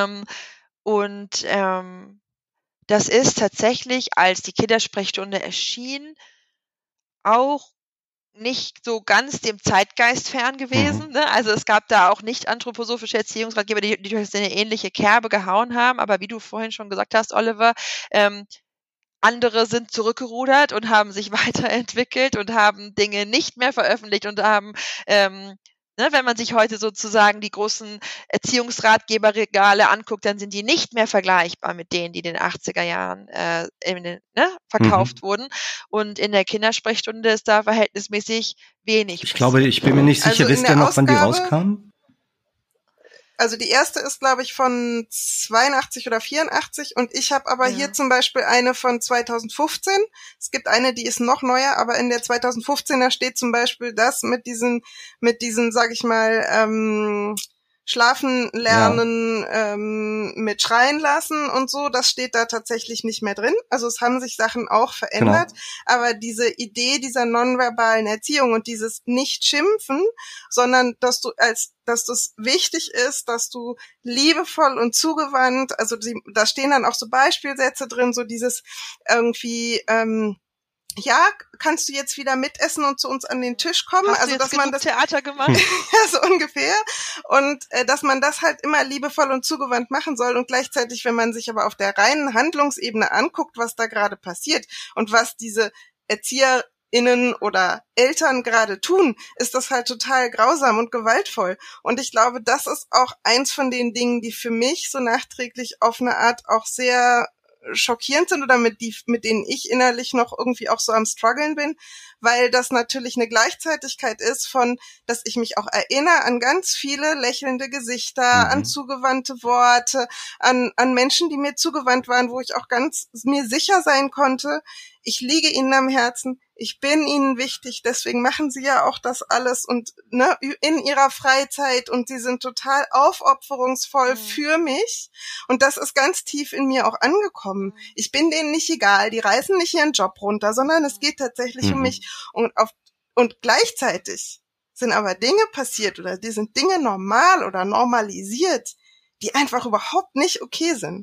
Das ist tatsächlich, als die Kindersprechstunde erschien, auch nicht so ganz dem Zeitgeist fern gewesen. Ne? Also es gab da auch nicht anthroposophische Erziehungsratgeber, die durch eine ähnliche Kerbe gehauen haben. Aber wie du vorhin schon gesagt hast, Oliver, andere sind zurückgerudert und haben sich weiterentwickelt und haben Dinge nicht mehr veröffentlicht und haben, wenn man sich heute sozusagen die großen Erziehungsratgeberregale anguckt, dann sind die nicht mehr vergleichbar mit denen, die in den 80er Jahren verkauft wurden. Und in der Kindersprechstunde ist da verhältnismäßig wenig.
Ich glaube, ich bin mir nicht sicher, wisst ihr noch, wann die rauskamen?
also die erste ist, glaube ich, von 82 oder 84 und ich habe aber hier zum Beispiel eine von 2015. Es gibt eine, die ist noch neuer, aber in der 2015er steht zum Beispiel das mit diesen, sag ich mal, Schlafen lernen, mit schreien lassen und so, das steht da tatsächlich nicht mehr drin. Also es haben sich Sachen auch verändert, aber diese Idee dieser nonverbalen Erziehung und dieses Nicht-Schimpfen, sondern dass es wichtig ist, dass du liebevoll und zugewandt, also da stehen dann auch so Beispielsätze drin, so dieses irgendwie, ja, kannst du jetzt wieder mitessen und zu uns an den Tisch kommen?
Hast
also,
du jetzt
dass man das
Theater gemacht?
ja, so ungefähr. Und dass man das halt immer liebevoll und zugewandt machen soll und gleichzeitig, wenn man sich aber auf der reinen Handlungsebene anguckt, was da gerade passiert und was diese ErzieherInnen oder Eltern gerade tun, ist das halt total grausam und gewaltvoll. Und ich glaube, das ist auch eins von den Dingen, die für mich so nachträglich auf eine Art auch sehr schockierend sind oder mit denen ich innerlich noch irgendwie auch so am struggeln bin, weil das natürlich eine Gleichzeitigkeit ist von, dass ich mich auch erinnere an ganz viele lächelnde Gesichter, an zugewandte Worte, an Menschen, die mir zugewandt waren, wo ich auch ganz mir sicher sein konnte, ich liege ihnen am Herzen, ich bin ihnen wichtig, deswegen machen sie ja auch das alles und ne, in ihrer Freizeit und sie sind total aufopferungsvoll für mich und das ist ganz tief in mir auch angekommen. Ich bin denen nicht egal, die reißen nicht ihren Job runter, sondern es geht tatsächlich um mich und gleichzeitig sind aber Dinge passiert oder die sind Dinge normal oder normalisiert, die einfach überhaupt nicht okay sind.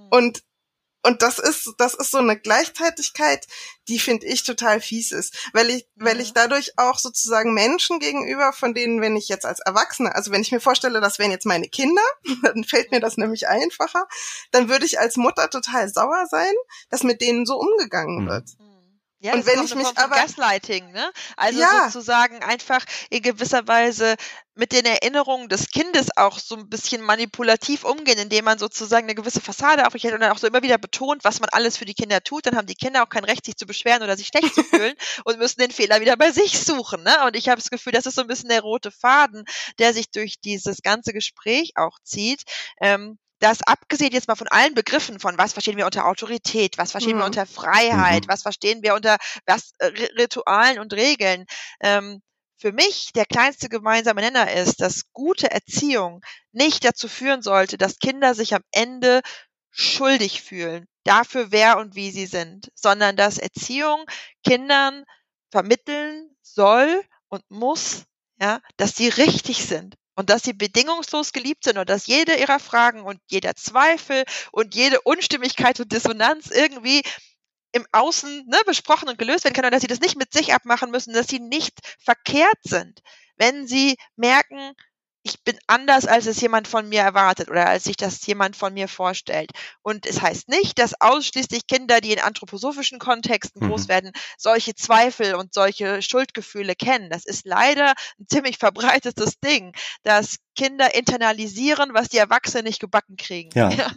Und das ist so eine Gleichzeitigkeit, die finde ich total fies ist, weil ich dadurch auch sozusagen Menschen gegenüber, von denen, wenn ich jetzt als Erwachsene, also wenn ich mir vorstelle, das wären jetzt meine Kinder, dann fällt mir das nämlich einfacher, dann würde ich als Mutter total sauer sein, dass mit denen so umgegangen wird.
Ja,
und
das
wenn
ist
ich
auch eine
mich
Form von
aber
Gaslighting, ne? Also
ja,
sozusagen einfach in gewisser Weise mit den Erinnerungen des Kindes auch so ein bisschen manipulativ umgehen, indem man sozusagen eine gewisse Fassade aufrechterhält und dann auch so immer wieder betont, was man alles für die Kinder tut. Dann haben die Kinder auch kein Recht, sich zu beschweren oder sich schlecht zu fühlen und müssen den Fehler wieder bei sich suchen, ne? Und ich habe das Gefühl, das ist so ein bisschen der rote Faden, der sich durch dieses ganze Gespräch auch zieht. Dass abgesehen jetzt mal von allen Begriffen von was verstehen wir unter Autorität, was verstehen wir unter Freiheit, was verstehen wir unter Ritualen und Regeln, für mich der kleinste gemeinsame Nenner ist, dass gute Erziehung nicht dazu führen sollte, dass Kinder sich am Ende schuldig fühlen dafür, wer und wie sie sind, sondern dass Erziehung Kindern vermitteln soll und muss, ja, dass sie richtig sind. Und dass sie bedingungslos geliebt sind und dass jede ihrer Fragen und jeder Zweifel und jede Unstimmigkeit und Dissonanz irgendwie im Außen besprochen und gelöst werden kann und dass sie das nicht mit sich abmachen müssen, dass sie nicht verkehrt sind, wenn sie merken, ich bin anders, als es jemand von mir erwartet oder als sich das jemand von mir vorstellt. Und es heißt nicht, dass ausschließlich Kinder, die in anthroposophischen Kontexten groß werden, solche Zweifel und solche Schuldgefühle kennen. Das ist leider ein ziemlich verbreitetes Ding, dass Kinder internalisieren, was die Erwachsenen nicht gebacken kriegen.
Ja.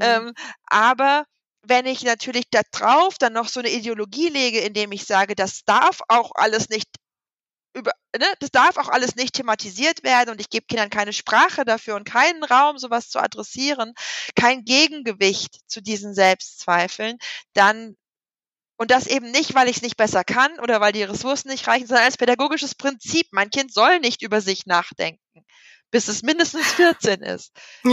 Aber wenn ich natürlich da drauf dann noch so eine Ideologie lege, indem ich sage, das darf auch alles nicht das darf auch alles nicht thematisiert werden und ich gebe Kindern keine Sprache dafür und keinen Raum, sowas zu adressieren, kein Gegengewicht zu diesen Selbstzweifeln, dann und das eben nicht, weil ich es nicht besser kann oder weil die Ressourcen nicht reichen, sondern als pädagogisches Prinzip. Mein Kind soll nicht über sich nachdenken, bis es mindestens 14 ist.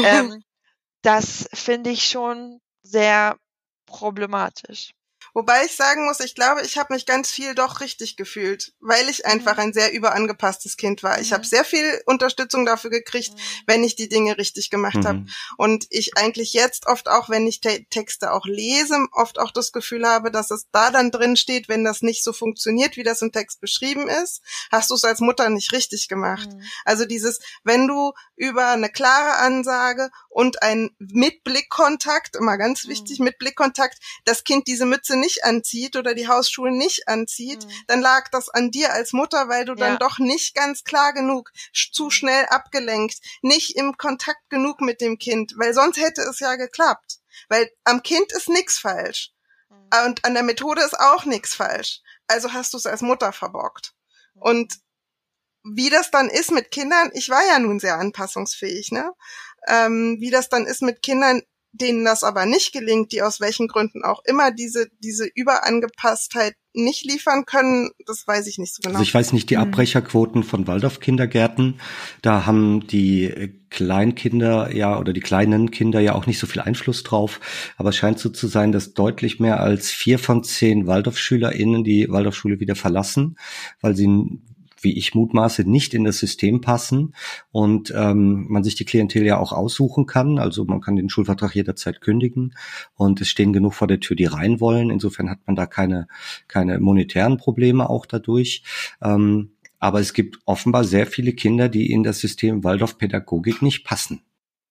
Das finde ich schon sehr problematisch.
Wobei ich sagen muss, ich glaube, ich habe mich ganz viel doch richtig gefühlt, weil ich einfach ein sehr überangepasstes Kind war. Ich habe sehr viel Unterstützung dafür gekriegt, wenn ich die Dinge richtig gemacht habe. Und ich eigentlich jetzt oft auch, wenn ich Texte auch lese, oft auch das Gefühl habe, dass es da dann drin steht, wenn das nicht so funktioniert, wie das im Text beschrieben ist, hast du es als Mutter nicht richtig gemacht. Also dieses, wenn du über eine klare Ansage und ein Mit-Blickkontakt, immer ganz wichtig, mit Blickkontakt, das Kind diese Mütze nicht anzieht oder die Hausschuhe nicht anzieht, dann lag das an dir als Mutter, weil du dann doch nicht ganz klar genug, zu schnell abgelenkt, nicht im Kontakt genug mit dem Kind, weil sonst hätte es ja geklappt. Weil am Kind ist nix falsch. Und an der Methode ist auch nix falsch. Also hast du es als Mutter verbockt. Und wie das dann ist mit Kindern, ich war ja nun sehr anpassungsfähig, ne? wie das dann ist mit Kindern, denen das aber nicht gelingt, die aus welchen Gründen auch immer diese Überangepasstheit nicht liefern können, das weiß ich nicht so genau.
Also ich weiß nicht, die Abbrecherquoten von Waldorf-Kindergärten, da haben die Kleinkinder ja oder die kleinen Kinder ja auch nicht so viel Einfluss drauf, aber es scheint so zu sein, dass deutlich mehr als 4 von 10 Waldorf-SchülerInnen die Waldorfschule wieder verlassen, weil sie, wie ich mutmaße, nicht in das System passen und man sich die Klientel ja auch aussuchen kann. Also man kann den Schulvertrag jederzeit kündigen und es stehen genug vor der Tür, die rein wollen. Insofern hat man da keine monetären Probleme auch dadurch. Aber es gibt offenbar sehr viele Kinder, die in das System Waldorfpädagogik nicht passen.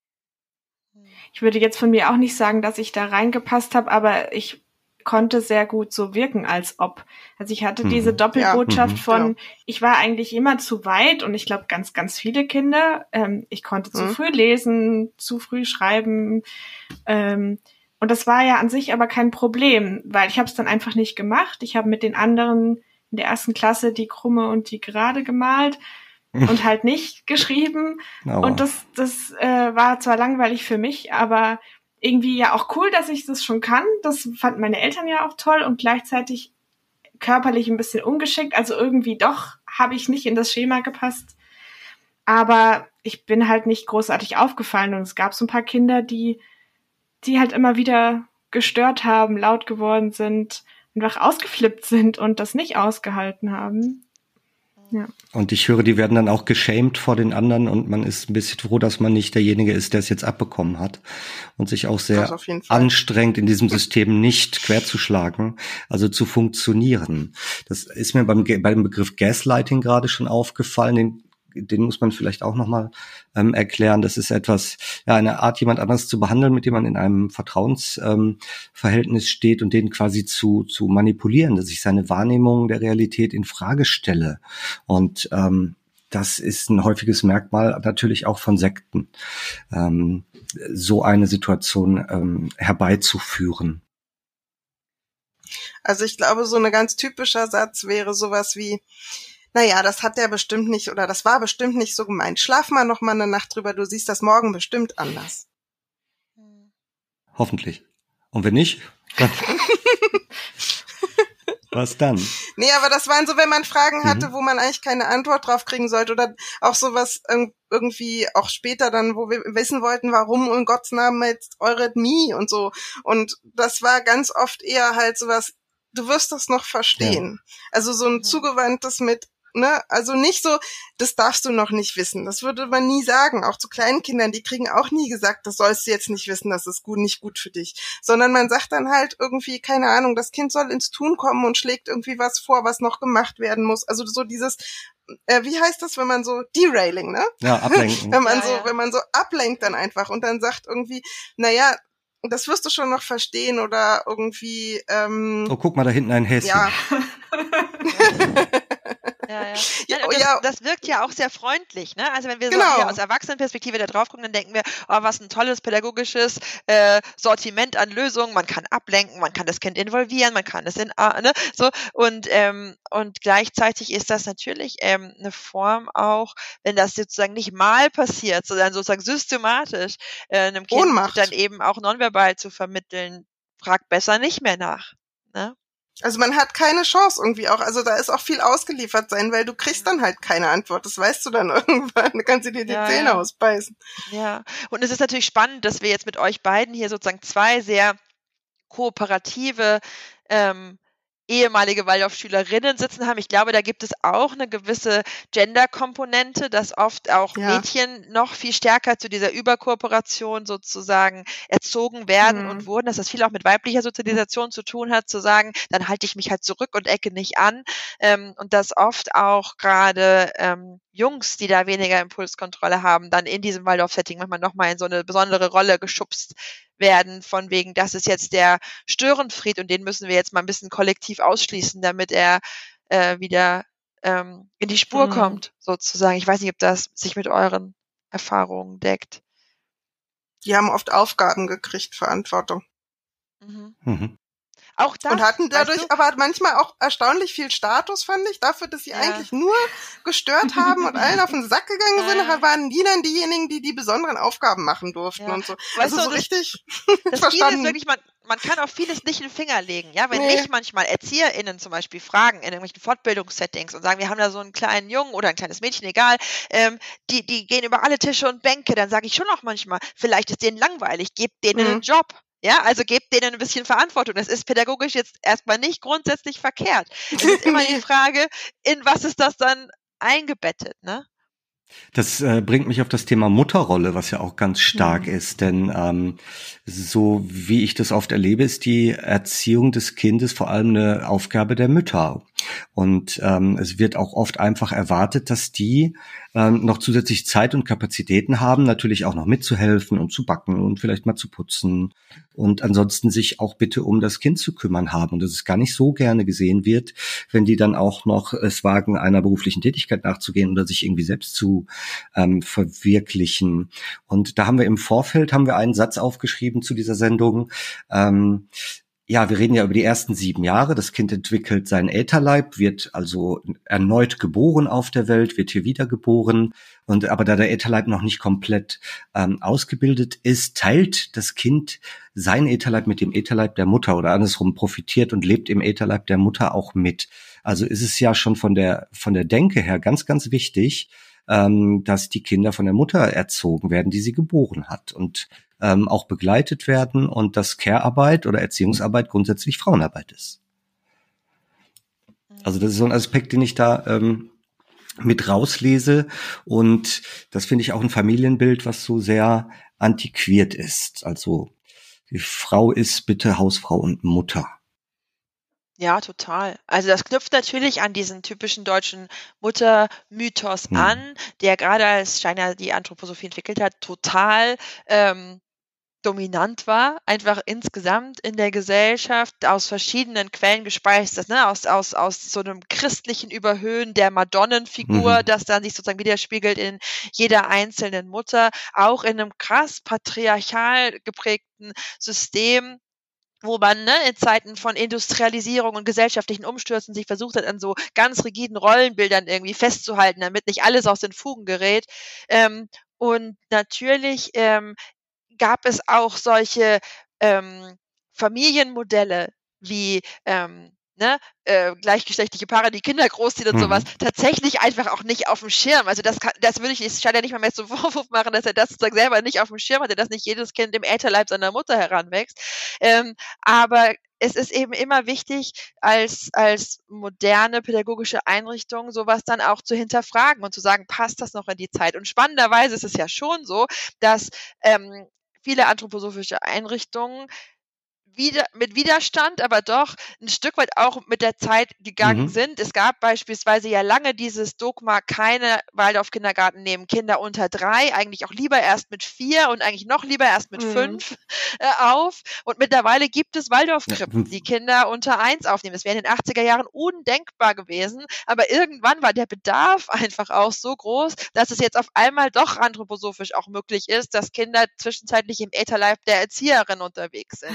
Ich würde jetzt von mir auch nicht sagen, dass ich da reingepasst habe, aber ich konnte sehr gut so wirken, als ob. Also ich hatte diese Doppelbotschaft von, ich war eigentlich immer zu weit und ich glaube ganz, ganz viele Kinder, ich konnte zu früh lesen, zu früh schreiben und das war ja an sich aber kein Problem, weil ich habe es dann einfach nicht gemacht. Ich habe mit den anderen in der 1. Klasse die Krumme und die Gerade gemalt und halt nicht geschrieben. Und das war zwar langweilig für mich, aber irgendwie ja auch cool, dass ich das schon kann. Das fanden meine Eltern ja auch toll und gleichzeitig körperlich ein bisschen ungeschickt. Also irgendwie doch habe ich nicht in das Schema gepasst. Aber ich bin halt nicht großartig aufgefallen und es gab so ein paar Kinder, die halt immer wieder gestört haben, laut geworden sind, einfach ausgeflippt sind und das nicht ausgehalten haben. Ja.
Und ich höre, die werden dann auch geschämt vor den anderen und man ist ein bisschen froh, dass man nicht derjenige ist, der es jetzt abbekommen hat und sich auch sehr anstrengt, in diesem System nicht querzuschlagen, also zu funktionieren. Das ist mir beim Begriff Gaslighting gerade schon aufgefallen, den muss man vielleicht auch nochmal erklären. Das ist etwas, ja, eine Art, jemand anderes zu behandeln, mit dem man in einem Vertrauensverhältnis steht und den quasi zu manipulieren, dass ich seine Wahrnehmung der Realität in Frage stelle. Und das ist ein häufiges Merkmal natürlich auch von Sekten, so eine Situation herbeizuführen.
Also ich glaube, so ein ganz typischer Satz wäre sowas wie, naja, das hat der bestimmt nicht oder das war bestimmt nicht so gemeint. Schlaf mal noch mal eine Nacht drüber, du siehst das morgen bestimmt anders.
Hoffentlich. Und wenn nicht, dann was dann?
Nee, aber das waren so, wenn man Fragen hatte, wo man eigentlich keine Antwort drauf kriegen sollte oder auch sowas irgendwie auch später dann, wo wir wissen wollten, warum in Gottes Namen jetzt Eurythmie und so. Und das war ganz oft eher halt sowas, du wirst das noch verstehen. Ja. Also so ein zugewandtes mit, ne, also nicht so, das darfst du noch nicht wissen. Das würde man nie sagen. Auch zu kleinen Kindern, die kriegen auch nie gesagt, das sollst du jetzt nicht wissen, das ist nicht gut für dich. Sondern man sagt dann halt irgendwie, keine Ahnung, das Kind soll ins Tun kommen und schlägt irgendwie was vor, was noch gemacht werden muss. Also so dieses, wie heißt das, wenn man so Derailing, ne?
Ja, ablenken.
Wenn man so ablenkt dann einfach und dann sagt irgendwie, naja, das wirst du schon noch verstehen oder irgendwie,
oh, guck mal, da hinten ein Häschen.
Ja.
Das wirkt ja auch sehr freundlich, ne? Also wenn wir so hier aus Erwachsenenperspektive da drauf gucken, dann denken wir, oh, was ein tolles pädagogisches Sortiment an Lösungen. Man kann ablenken, man kann das Kind involvieren, man kann es ne? So und gleichzeitig ist das natürlich eine Form auch, wenn das sozusagen nicht mal passiert, sondern sozusagen systematisch einem Kind
Ohnmacht.
Dann eben auch nonverbal zu vermitteln, frag besser nicht mehr nach, ne?
Also man hat keine Chance irgendwie auch, also da ist auch viel ausgeliefert sein, weil du kriegst dann halt keine Antwort, das weißt du dann irgendwann, dann kannst du dir die Zähne ausbeißen.
Ja, und es ist natürlich spannend, dass wir jetzt mit euch beiden hier sozusagen zwei sehr kooperative ehemalige Waldorfschülerinnen sitzen haben. Ich glaube, da gibt es auch eine gewisse Gender-Komponente, dass oft auch Mädchen noch viel stärker zu dieser Überkooperation sozusagen erzogen werden und wurden, dass das viel auch mit weiblicher Sozialisation zu tun hat, zu sagen, dann halte ich mich halt zurück und ecke nicht an. Und dass oft auch gerade Jungs, die da weniger Impulskontrolle haben, dann in diesem Waldorf-Setting manchmal nochmal in so eine besondere Rolle geschubst werden, von wegen, das ist jetzt der Störenfried und den müssen wir jetzt mal ein bisschen kollektiv ausschließen, damit er wieder in die Spur kommt, sozusagen. Ich weiß nicht, ob das sich mit euren Erfahrungen deckt.
Die haben oft Aufgaben gekriegt, Verantwortung.
Aber auch das.
Und hatten dadurch aber manchmal auch erstaunlich viel Status, fand ich, dafür, dass sie eigentlich nur gestört haben und allen auf den Sack gegangen sind, waren die dann diejenigen, die die besonderen Aufgaben machen durften und so.
Weißt
also
du,
so richtig
das
verstanden.
Ist wirklich, man kann auf vieles nicht den Finger legen. Ja, wenn ich manchmal ErzieherInnen zum Beispiel fragen in irgendwelchen Fortbildungssettings und sagen, wir haben da so einen kleinen Jungen oder ein kleines Mädchen, egal, die gehen über alle Tische und Bänke, dann sage ich schon auch manchmal, vielleicht ist denen langweilig, gebt denen einen Job. Ja, also gebt denen ein bisschen Verantwortung. Das ist pädagogisch jetzt erstmal nicht grundsätzlich verkehrt. Es ist immer die Frage, in was ist das dann eingebettet, ne?
Das bringt mich auf das Thema Mutterrolle, was ja auch ganz stark ist, denn so wie ich das oft erlebe, ist die Erziehung des Kindes vor allem eine Aufgabe der Mütter. Und es wird auch oft einfach erwartet, dass die noch zusätzlich Zeit und Kapazitäten haben, natürlich auch noch mitzuhelfen und zu backen und vielleicht mal zu putzen und ansonsten sich auch bitte um das Kind zu kümmern haben. Und dass es gar nicht so gerne gesehen wird, wenn die dann auch noch es wagen, einer beruflichen Tätigkeit nachzugehen oder sich irgendwie selbst zu verwirklichen. Und da haben wir im Vorfeld einen Satz aufgeschrieben zu dieser Sendung. Ja, wir reden ja über die ersten 7 Jahre. Das Kind entwickelt seinen Ätherleib, wird also erneut geboren auf der Welt, wird hier wiedergeboren. Aber da der Ätherleib noch nicht komplett ausgebildet ist, teilt das Kind sein Ätherleib mit dem Ätherleib der Mutter oder andersrum, profitiert und lebt im Ätherleib der Mutter auch mit. Also ist es ja schon von der Denke her ganz, ganz wichtig, dass die Kinder von der Mutter erzogen werden, die sie geboren hat und auch begleitet werden und dass Care-Arbeit oder Erziehungsarbeit grundsätzlich Frauenarbeit ist. Also das ist so ein Aspekt, den ich da mit rauslese und das finde ich auch ein Familienbild, was so sehr antiquiert ist. Also die Frau ist bitte Hausfrau und Mutter.
Ja, total. Also das knüpft natürlich an diesen typischen deutschen Muttermythos an, der gerade als Steiner die Anthroposophie entwickelt hat, total dominant war, einfach insgesamt in der Gesellschaft aus verschiedenen Quellen gespeist ist, ne? Aus so einem christlichen Überhöhen der Madonnenfigur, das dann sich sozusagen widerspiegelt in jeder einzelnen Mutter, auch in einem krass patriarchal geprägten System, wo man in Zeiten von Industrialisierung und gesellschaftlichen Umstürzen sich versucht hat, an so ganz rigiden Rollenbildern irgendwie festzuhalten, damit nicht alles aus den Fugen gerät. Und natürlich gab es auch solche Familienmodelle wie gleichgeschlechtliche Paare, die Kinder großziehen und sowas, tatsächlich einfach auch nicht auf dem Schirm. Also das würde ich Steiner nicht mal mehr zum Vorwurf machen, dass er das sozusagen selber nicht auf dem Schirm hatte, dass nicht jedes Kind im Ätherleib seiner Mutter heranwächst. Aber es ist eben immer wichtig, als moderne pädagogische Einrichtung sowas dann auch zu hinterfragen und zu sagen, passt das noch in die Zeit? Und spannenderweise ist es ja schon so, dass viele anthroposophische Einrichtungen mit Widerstand, aber doch ein Stück weit auch mit der Zeit gegangen sind. Es gab beispielsweise ja lange dieses Dogma, keine Waldorf-Kindergarten nehmen Kinder unter 3, eigentlich auch lieber erst mit 4 und eigentlich noch lieber erst mit 5 auf. Und mittlerweile gibt es Waldorf-Krippen, die Kinder unter 1 aufnehmen. Das wäre in den 80er Jahren undenkbar gewesen, aber irgendwann war der Bedarf einfach auch so groß, dass es jetzt auf einmal doch anthroposophisch auch möglich ist, dass Kinder zwischenzeitlich im Ätherleib der Erzieherin unterwegs sind.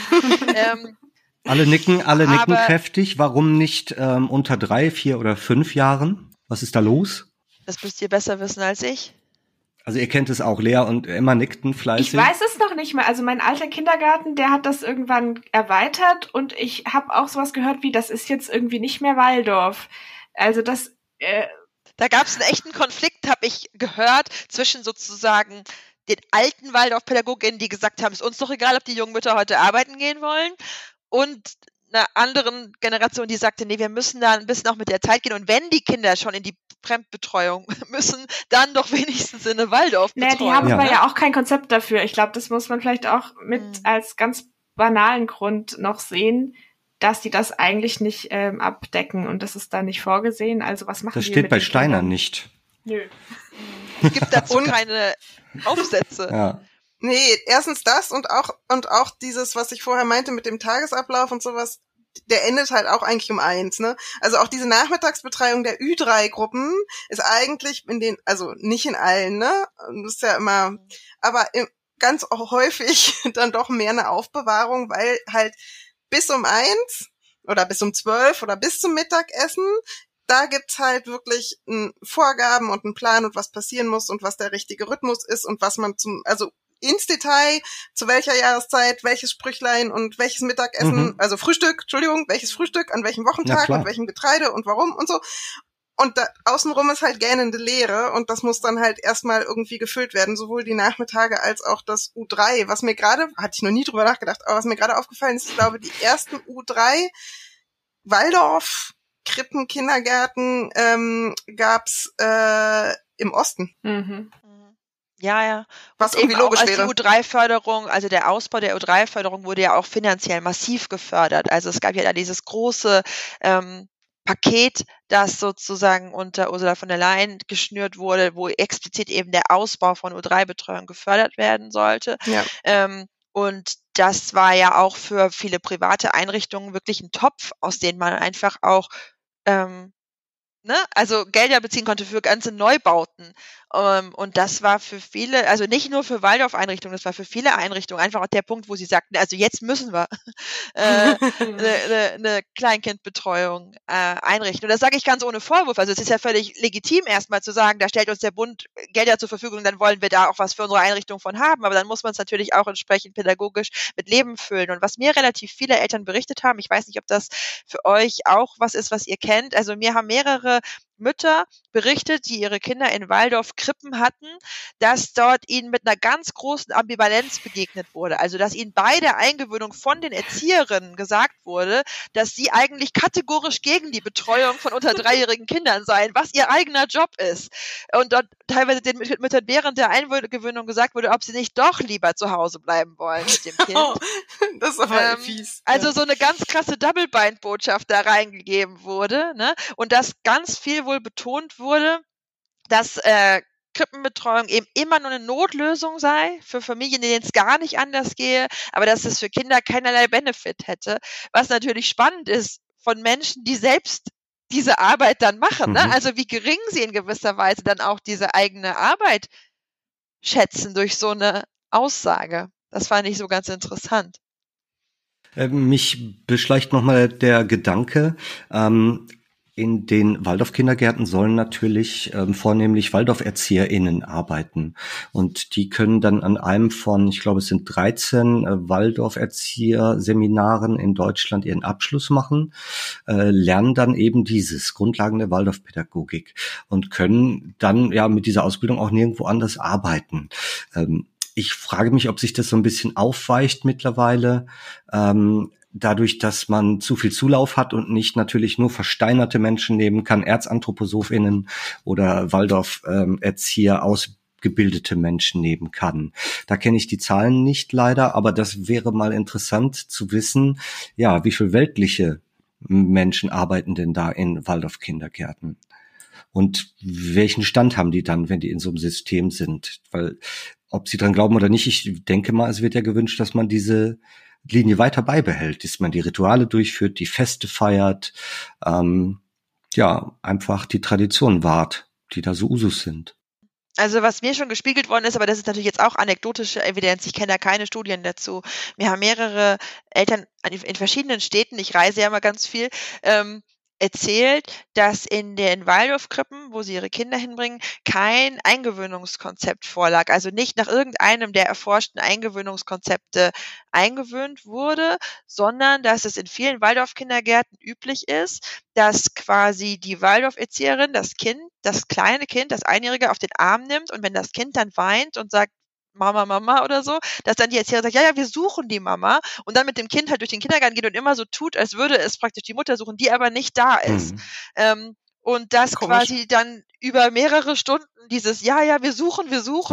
Alle nicken kräftig. Warum nicht unter 3, 4 oder 5 Jahren? Was ist da los?
Das müsst ihr besser wissen als ich.
Also ihr kennt es auch, Lea und Emma nickten fleißig.
Ich weiß es noch nicht mal. Also mein alter Kindergarten, der hat das irgendwann erweitert und ich habe auch sowas gehört wie, das ist jetzt irgendwie nicht mehr Waldorf. Also das...
Da gab es einen echten Konflikt, habe ich gehört, zwischen sozusagen den alten Waldorf-Pädagoginnen, die gesagt haben, ist uns doch egal, ob die jungen Mütter heute arbeiten gehen wollen, und einer anderen Generation, die sagte, nee, wir müssen da ein bisschen auch mit der Zeit gehen und wenn die Kinder schon in die Fremdbetreuung müssen, dann doch wenigstens in eine Waldorfbetreuung.
Die haben aber ja auch kein Konzept dafür. Ich glaube, das muss man vielleicht auch mit als ganz banalen Grund noch sehen, dass die das eigentlich nicht abdecken und das ist da nicht vorgesehen. Also was machen die?
Das steht bei Steiner nicht.
Nö.
Es gibt dazu keine Aufsätze.
Ja.
Nee, erstens das und auch dieses, was ich vorher meinte mit dem Tagesablauf und sowas, der endet halt auch eigentlich um 1, ne? Also auch diese Nachmittagsbetreuung der Ü3-Gruppen ist eigentlich also nicht in allen, ne? Das ist ja immer, aber ganz häufig dann doch mehr eine Aufbewahrung, weil halt bis um 1 oder bis um 12 oder bis zum Mittagessen. Da gibt's halt wirklich Vorgaben und einen Plan und was passieren muss und was der richtige Rhythmus ist und was man also ins Detail, zu welcher Jahreszeit, welches Sprüchlein und welches Mittagessen, also welches Frühstück, an welchem Wochentag und welchem Getreide und warum und so. Und da außenrum ist halt gähnende Leere und das muss dann halt erstmal irgendwie gefüllt werden, sowohl die Nachmittage als auch das U3, was mir gerade, hatte ich noch nie drüber nachgedacht, aber was mir gerade aufgefallen ist, ich glaube, die ersten U3 Waldorf Krippen, Kindergärten gab's im Osten.
Ja.
Was irgendwie logisch wäre.
Die U3-Förderung, also der Ausbau der U3-Förderung wurde ja auch finanziell massiv gefördert. Also es gab ja da dieses große Paket, das sozusagen unter Ursula von der Leyen geschnürt wurde, wo explizit eben der Ausbau von U3-Betreuung gefördert werden sollte.
Ja.
Und das war ja auch für viele private Einrichtungen wirklich ein Topf, aus dem man einfach auch also Gelder beziehen konnte für ganze Neubauten. Und das war für viele, also nicht nur für Waldorf-Einrichtungen, das war für viele Einrichtungen einfach auch der Punkt, wo sie sagten, also jetzt müssen wir eine Kleinkindbetreuung einrichten. Und das sage ich ganz ohne Vorwurf. Also es ist ja völlig legitim, erstmal zu sagen, da stellt uns der Bund Gelder zur Verfügung, dann wollen wir da auch was für unsere Einrichtung von haben. Aber dann muss man es natürlich auch entsprechend pädagogisch mit Leben füllen. Und was mir relativ viele Eltern berichtet haben, ich weiß nicht, ob das für euch auch was ist, was ihr kennt. Also mir haben mehrere Mütter berichtet, die ihre Kinder in Waldorf Krippen hatten, dass dort ihnen mit einer ganz großen Ambivalenz begegnet wurde. Also, dass ihnen bei der Eingewöhnung von den Erzieherinnen gesagt wurde, dass sie eigentlich kategorisch gegen die Betreuung von unter 3-jährigen Kindern seien, was ihr eigener Job ist. Und dort teilweise den Müttern während der Eingewöhnung gesagt wurde, ob sie nicht doch lieber zu Hause bleiben wollen mit dem Kind.
Das ist aber fies.
Also so eine ganz krasse Double-Bind-Botschaft da reingegeben wurde, ne? Und dass ganz viel wohl betont wurde, dass Krippenbetreuung eben immer nur eine Notlösung sei für Familien, denen es gar nicht anders gehe, aber dass es für Kinder keinerlei Benefit hätte. Was natürlich spannend ist von Menschen, die selbst diese Arbeit dann machen, ne? Also wie gering sie in gewisser Weise dann auch diese eigene Arbeit schätzen durch so eine Aussage. Das fand ich so ganz interessant.
Mich beschleicht nochmal der Gedanke, in den Waldorf-Kindergärten sollen natürlich vornehmlich Waldorf-ErzieherInnen arbeiten. Und die können dann an einem von, ich glaube, es sind 13 Waldorf-Erzieher-Seminaren in Deutschland ihren Abschluss machen, lernen dann eben dieses Grundlagen der Waldorfpädagogik und können dann ja mit dieser Ausbildung auch nirgendwo anders arbeiten. Ich frage mich, ob sich das so ein bisschen aufweicht mittlerweile, dadurch, dass man zu viel Zulauf hat und nicht natürlich nur versteinerte Menschen nehmen kann, ErzanthroposophInnen oder Waldorf-Erzieher, ausgebildete Menschen nehmen kann. Da kenne ich die Zahlen nicht leider, aber das wäre mal interessant zu wissen, ja, wie viel weltliche Menschen arbeiten denn da in Waldorf-Kindergärten? Und welchen Stand haben die dann, wenn die in so einem System sind? Weil, ob sie dran glauben oder nicht, ich denke mal, es wird ja gewünscht, dass man diese Linie weiter beibehält, dass man die Rituale durchführt, die Feste feiert, einfach die Tradition wahrt, die da so Usus sind.
Also was mir schon gespiegelt worden ist, aber das ist natürlich jetzt auch anekdotische Evidenz, ich kenne da keine Studien dazu. Mir haben mehrere Eltern in verschiedenen Städten, ich reise ja mal ganz viel, erzählt, dass in den Waldorf-Krippen, wo sie ihre Kinder hinbringen, kein Eingewöhnungskonzept vorlag. Also nicht nach irgendeinem der erforschten Eingewöhnungskonzepte eingewöhnt wurde, sondern dass es in vielen Waldorf-Kindergärten üblich ist, dass quasi die Waldorf-Erzieherin das kleine Kind, das Einjährige auf den Arm nimmt und wenn das Kind dann weint und sagt, Mama oder so, dass dann die Erzieherin sagt, ja, wir suchen die Mama und dann mit dem Kind halt durch den Kindergarten geht und immer so tut, als würde es praktisch die Mutter suchen, die aber nicht da ist. Und das quasi dann über mehrere Stunden dieses, wir suchen,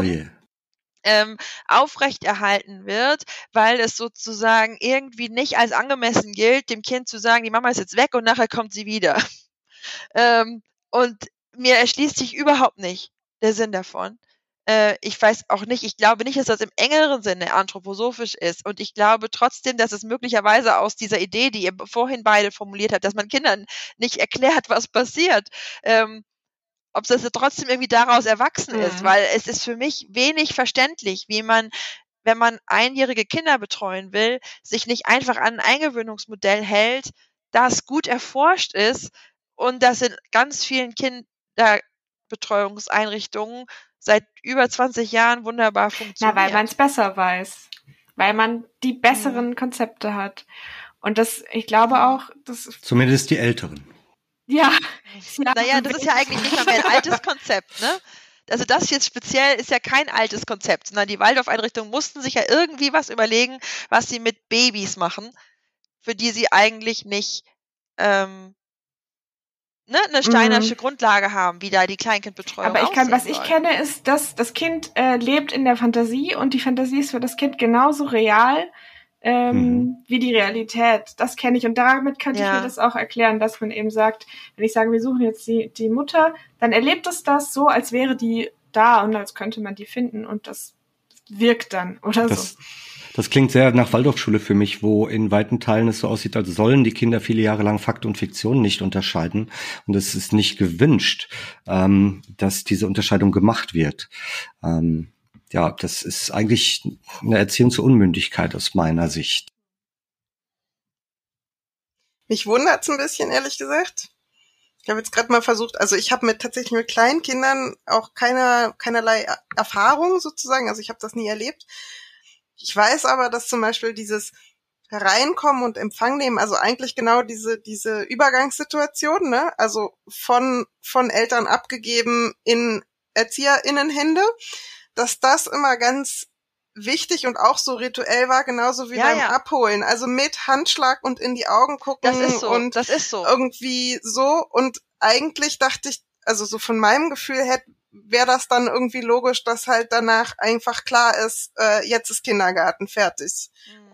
aufrechterhalten wird, weil es sozusagen irgendwie nicht als angemessen gilt, dem Kind zu sagen, die Mama ist jetzt weg und nachher kommt sie wieder. Und mir erschließt sich überhaupt nicht der Sinn davon. Ich weiß auch nicht, ich glaube nicht, dass das im engeren Sinne anthroposophisch ist und ich glaube trotzdem, dass es möglicherweise aus dieser Idee, die ihr vorhin beide formuliert habt, dass man Kindern nicht erklärt, was passiert, ob das trotzdem irgendwie daraus erwachsen ist, weil es ist für mich wenig verständlich, wie man, wenn man einjährige Kinder betreuen will, sich nicht einfach an ein Eingewöhnungsmodell hält, das gut erforscht ist und das in ganz vielen Kinderbetreuungseinrichtungen seit über 20 Jahren wunderbar funktioniert.
weil man es besser weiß. Weil man die besseren Konzepte hat. Und ich glaube auch, das
zumindest die Älteren.
Ja.
Naja, das ist ja eigentlich nicht mal mehr ein altes Konzept, ne? Also das jetzt speziell ist ja kein altes Konzept, sondern die Waldorf-Einrichtungen mussten sich ja irgendwie was überlegen, was sie mit Babys machen, für die sie eigentlich nicht eine steinersche Grundlage haben, wie da die Kleinkindbetreuung
Aber was ich kenne, ist, dass das Kind lebt in der Fantasie und die Fantasie ist für das Kind genauso real wie die Realität. Das kenne ich und damit könnte ich mir das auch erklären, dass man eben sagt, wenn ich sage, wir suchen jetzt die Mutter, dann erlebt es das so, als wäre die da und als könnte man die finden und das wirkt dann oder so.
Das klingt sehr nach Waldorfschule für mich, wo in weiten Teilen es so aussieht, als sollen die Kinder viele Jahre lang Fakt und Fiktion nicht unterscheiden. Und es ist nicht gewünscht, dass diese Unterscheidung gemacht wird. Das ist eigentlich eine Erziehung zur Unmündigkeit aus meiner Sicht.
Mich wundert's ein bisschen, ehrlich gesagt. Ich habe jetzt gerade mal versucht, also ich habe tatsächlich mit kleinen Kindern auch keinerlei Erfahrung sozusagen, also ich habe das nie erlebt. Ich weiß aber, dass zum Beispiel dieses Hereinkommen und Empfang nehmen, also eigentlich genau diese Übergangssituation, ne, also von Eltern abgegeben in ErzieherInnenhände, dass das immer ganz wichtig und auch so rituell war, genauso wie beim Abholen. Also mit Handschlag und in die Augen gucken.
Das ist so.
Irgendwie so. Und eigentlich dachte ich, also so von meinem Gefühl her, wäre das dann irgendwie logisch, dass halt danach einfach klar ist, jetzt ist Kindergarten fertig.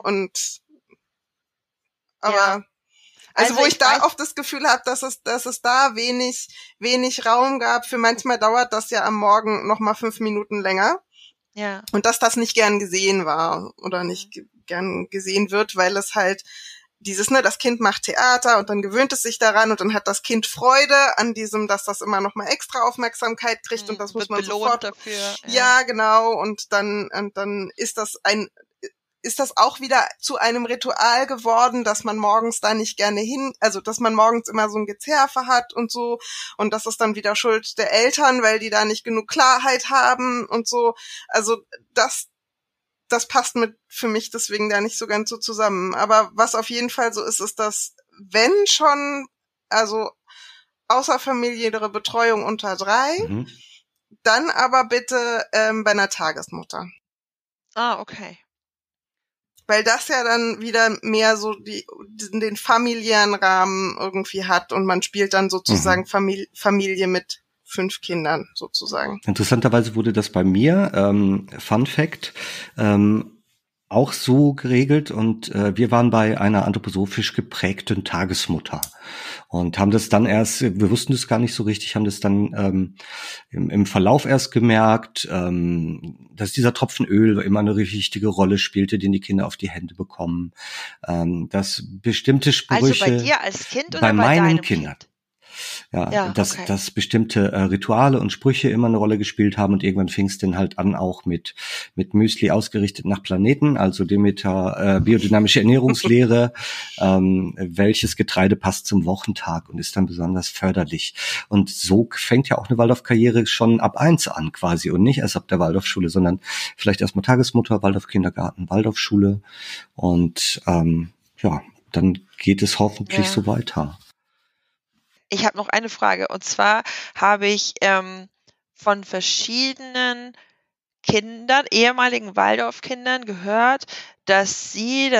Also wo ich da oft das Gefühl habe, dass es da wenig Raum gab. Für manchmal dauert das ja am Morgen noch mal 5 Minuten länger.
Ja.
Und dass das nicht gern gesehen war oder nicht gern gesehen wird, weil es halt das Kind macht Theater und dann gewöhnt es sich daran und dann hat das Kind Freude an diesem, dass das immer noch mal extra Aufmerksamkeit kriegt und das muss man sofort
dafür.
Ja, genau. Und dann ist das auch wieder zu einem Ritual geworden, dass man morgens da nicht gerne dass man morgens immer so ein Gezerfe hat und so. Und das ist dann wieder Schuld der Eltern, weil die da nicht genug Klarheit haben und so. Also das passt für mich deswegen da nicht so ganz so zusammen. Aber was auf jeden Fall so ist, ist, dass wenn schon, also außerfamiliäre Betreuung unter 3, dann aber bitte bei einer Tagesmutter.
Ah, okay.
Weil das ja dann wieder mehr so den familiären Rahmen irgendwie hat und man spielt dann sozusagen Familie mit 5 Kindern sozusagen.
Interessanterweise wurde das bei mir, Fun Fact, auch so geregelt und wir waren bei einer anthroposophisch geprägten Tagesmutter und haben das dann wir wussten das gar nicht so richtig, haben das dann im Verlauf erst gemerkt, dass dieser Tropfen Öl immer eine wichtige Rolle spielte, den die Kinder auf die Hände bekommen, dass bestimmte Sprüche...
Also bei dir als Kind oder
bei meinen
deinem
Kindern.
Kind?
Dass bestimmte Rituale und Sprüche immer eine Rolle gespielt haben und irgendwann fing es dann halt an auch mit Müsli ausgerichtet nach Planeten, also Demeter biodynamische Ernährungslehre, welches Getreide passt zum Wochentag und ist dann besonders förderlich. Und so fängt ja auch eine Waldorf-Karriere schon ab 1 an quasi und nicht erst ab der Waldorfschule, sondern vielleicht erstmal Tagesmutter, Waldorf-Kindergarten, Waldorfschule und dann geht es hoffentlich so weiter.
Ich habe noch eine Frage und zwar habe ich von verschiedenen Kindern, ehemaligen Waldorf-Kindern gehört, dass sie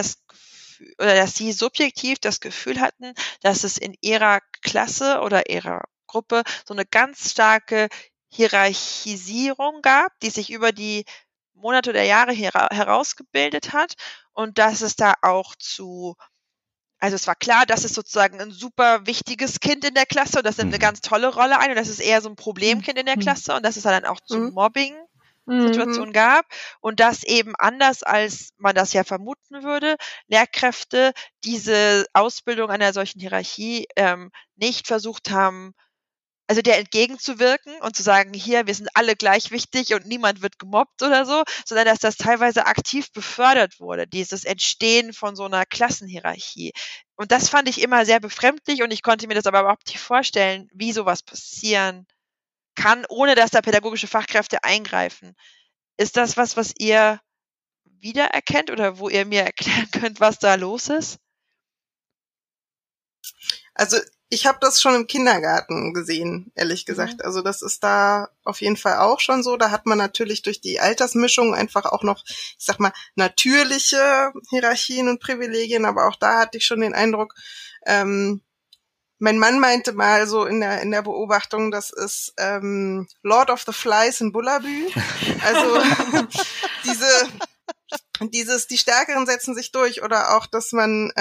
subjektiv das Gefühl hatten, dass es in ihrer Klasse oder ihrer Gruppe so eine ganz starke Hierarchisierung gab, die sich über die Monate oder Jahre herausgebildet hat und dass es da auch also es war klar, das ist sozusagen ein super wichtiges Kind in der Klasse und das nimmt eine ganz tolle Rolle ein und das ist eher so ein Problemkind in der Klasse und dass es dann auch zu Mobbing-Situationen gab und dass eben anders, als man das ja vermuten würde, Lehrkräfte diese Ausbildung einer solchen Hierarchie nicht versucht haben also der entgegenzuwirken und zu sagen, hier, wir sind alle gleich wichtig und niemand wird gemobbt oder so, sondern dass das teilweise aktiv befördert wurde, dieses Entstehen von so einer Klassenhierarchie. Und das fand ich immer sehr befremdlich und ich konnte mir das aber überhaupt nicht vorstellen, wie sowas passieren kann, ohne dass da pädagogische Fachkräfte eingreifen. Ist das was ihr wiedererkennt oder wo ihr mir erklären könnt, was da los ist?
Also ich habe das schon im Kindergarten gesehen, ehrlich gesagt. Also das ist da auf jeden Fall auch schon so. Da hat man natürlich durch die Altersmischung einfach auch noch, ich sag mal, natürliche Hierarchien und Privilegien. Aber auch da hatte ich schon den Eindruck, mein Mann meinte mal so in der Beobachtung, das ist Lord of the Flies in Bullabü. Also die Stärkeren setzen sich durch oder auch, dass man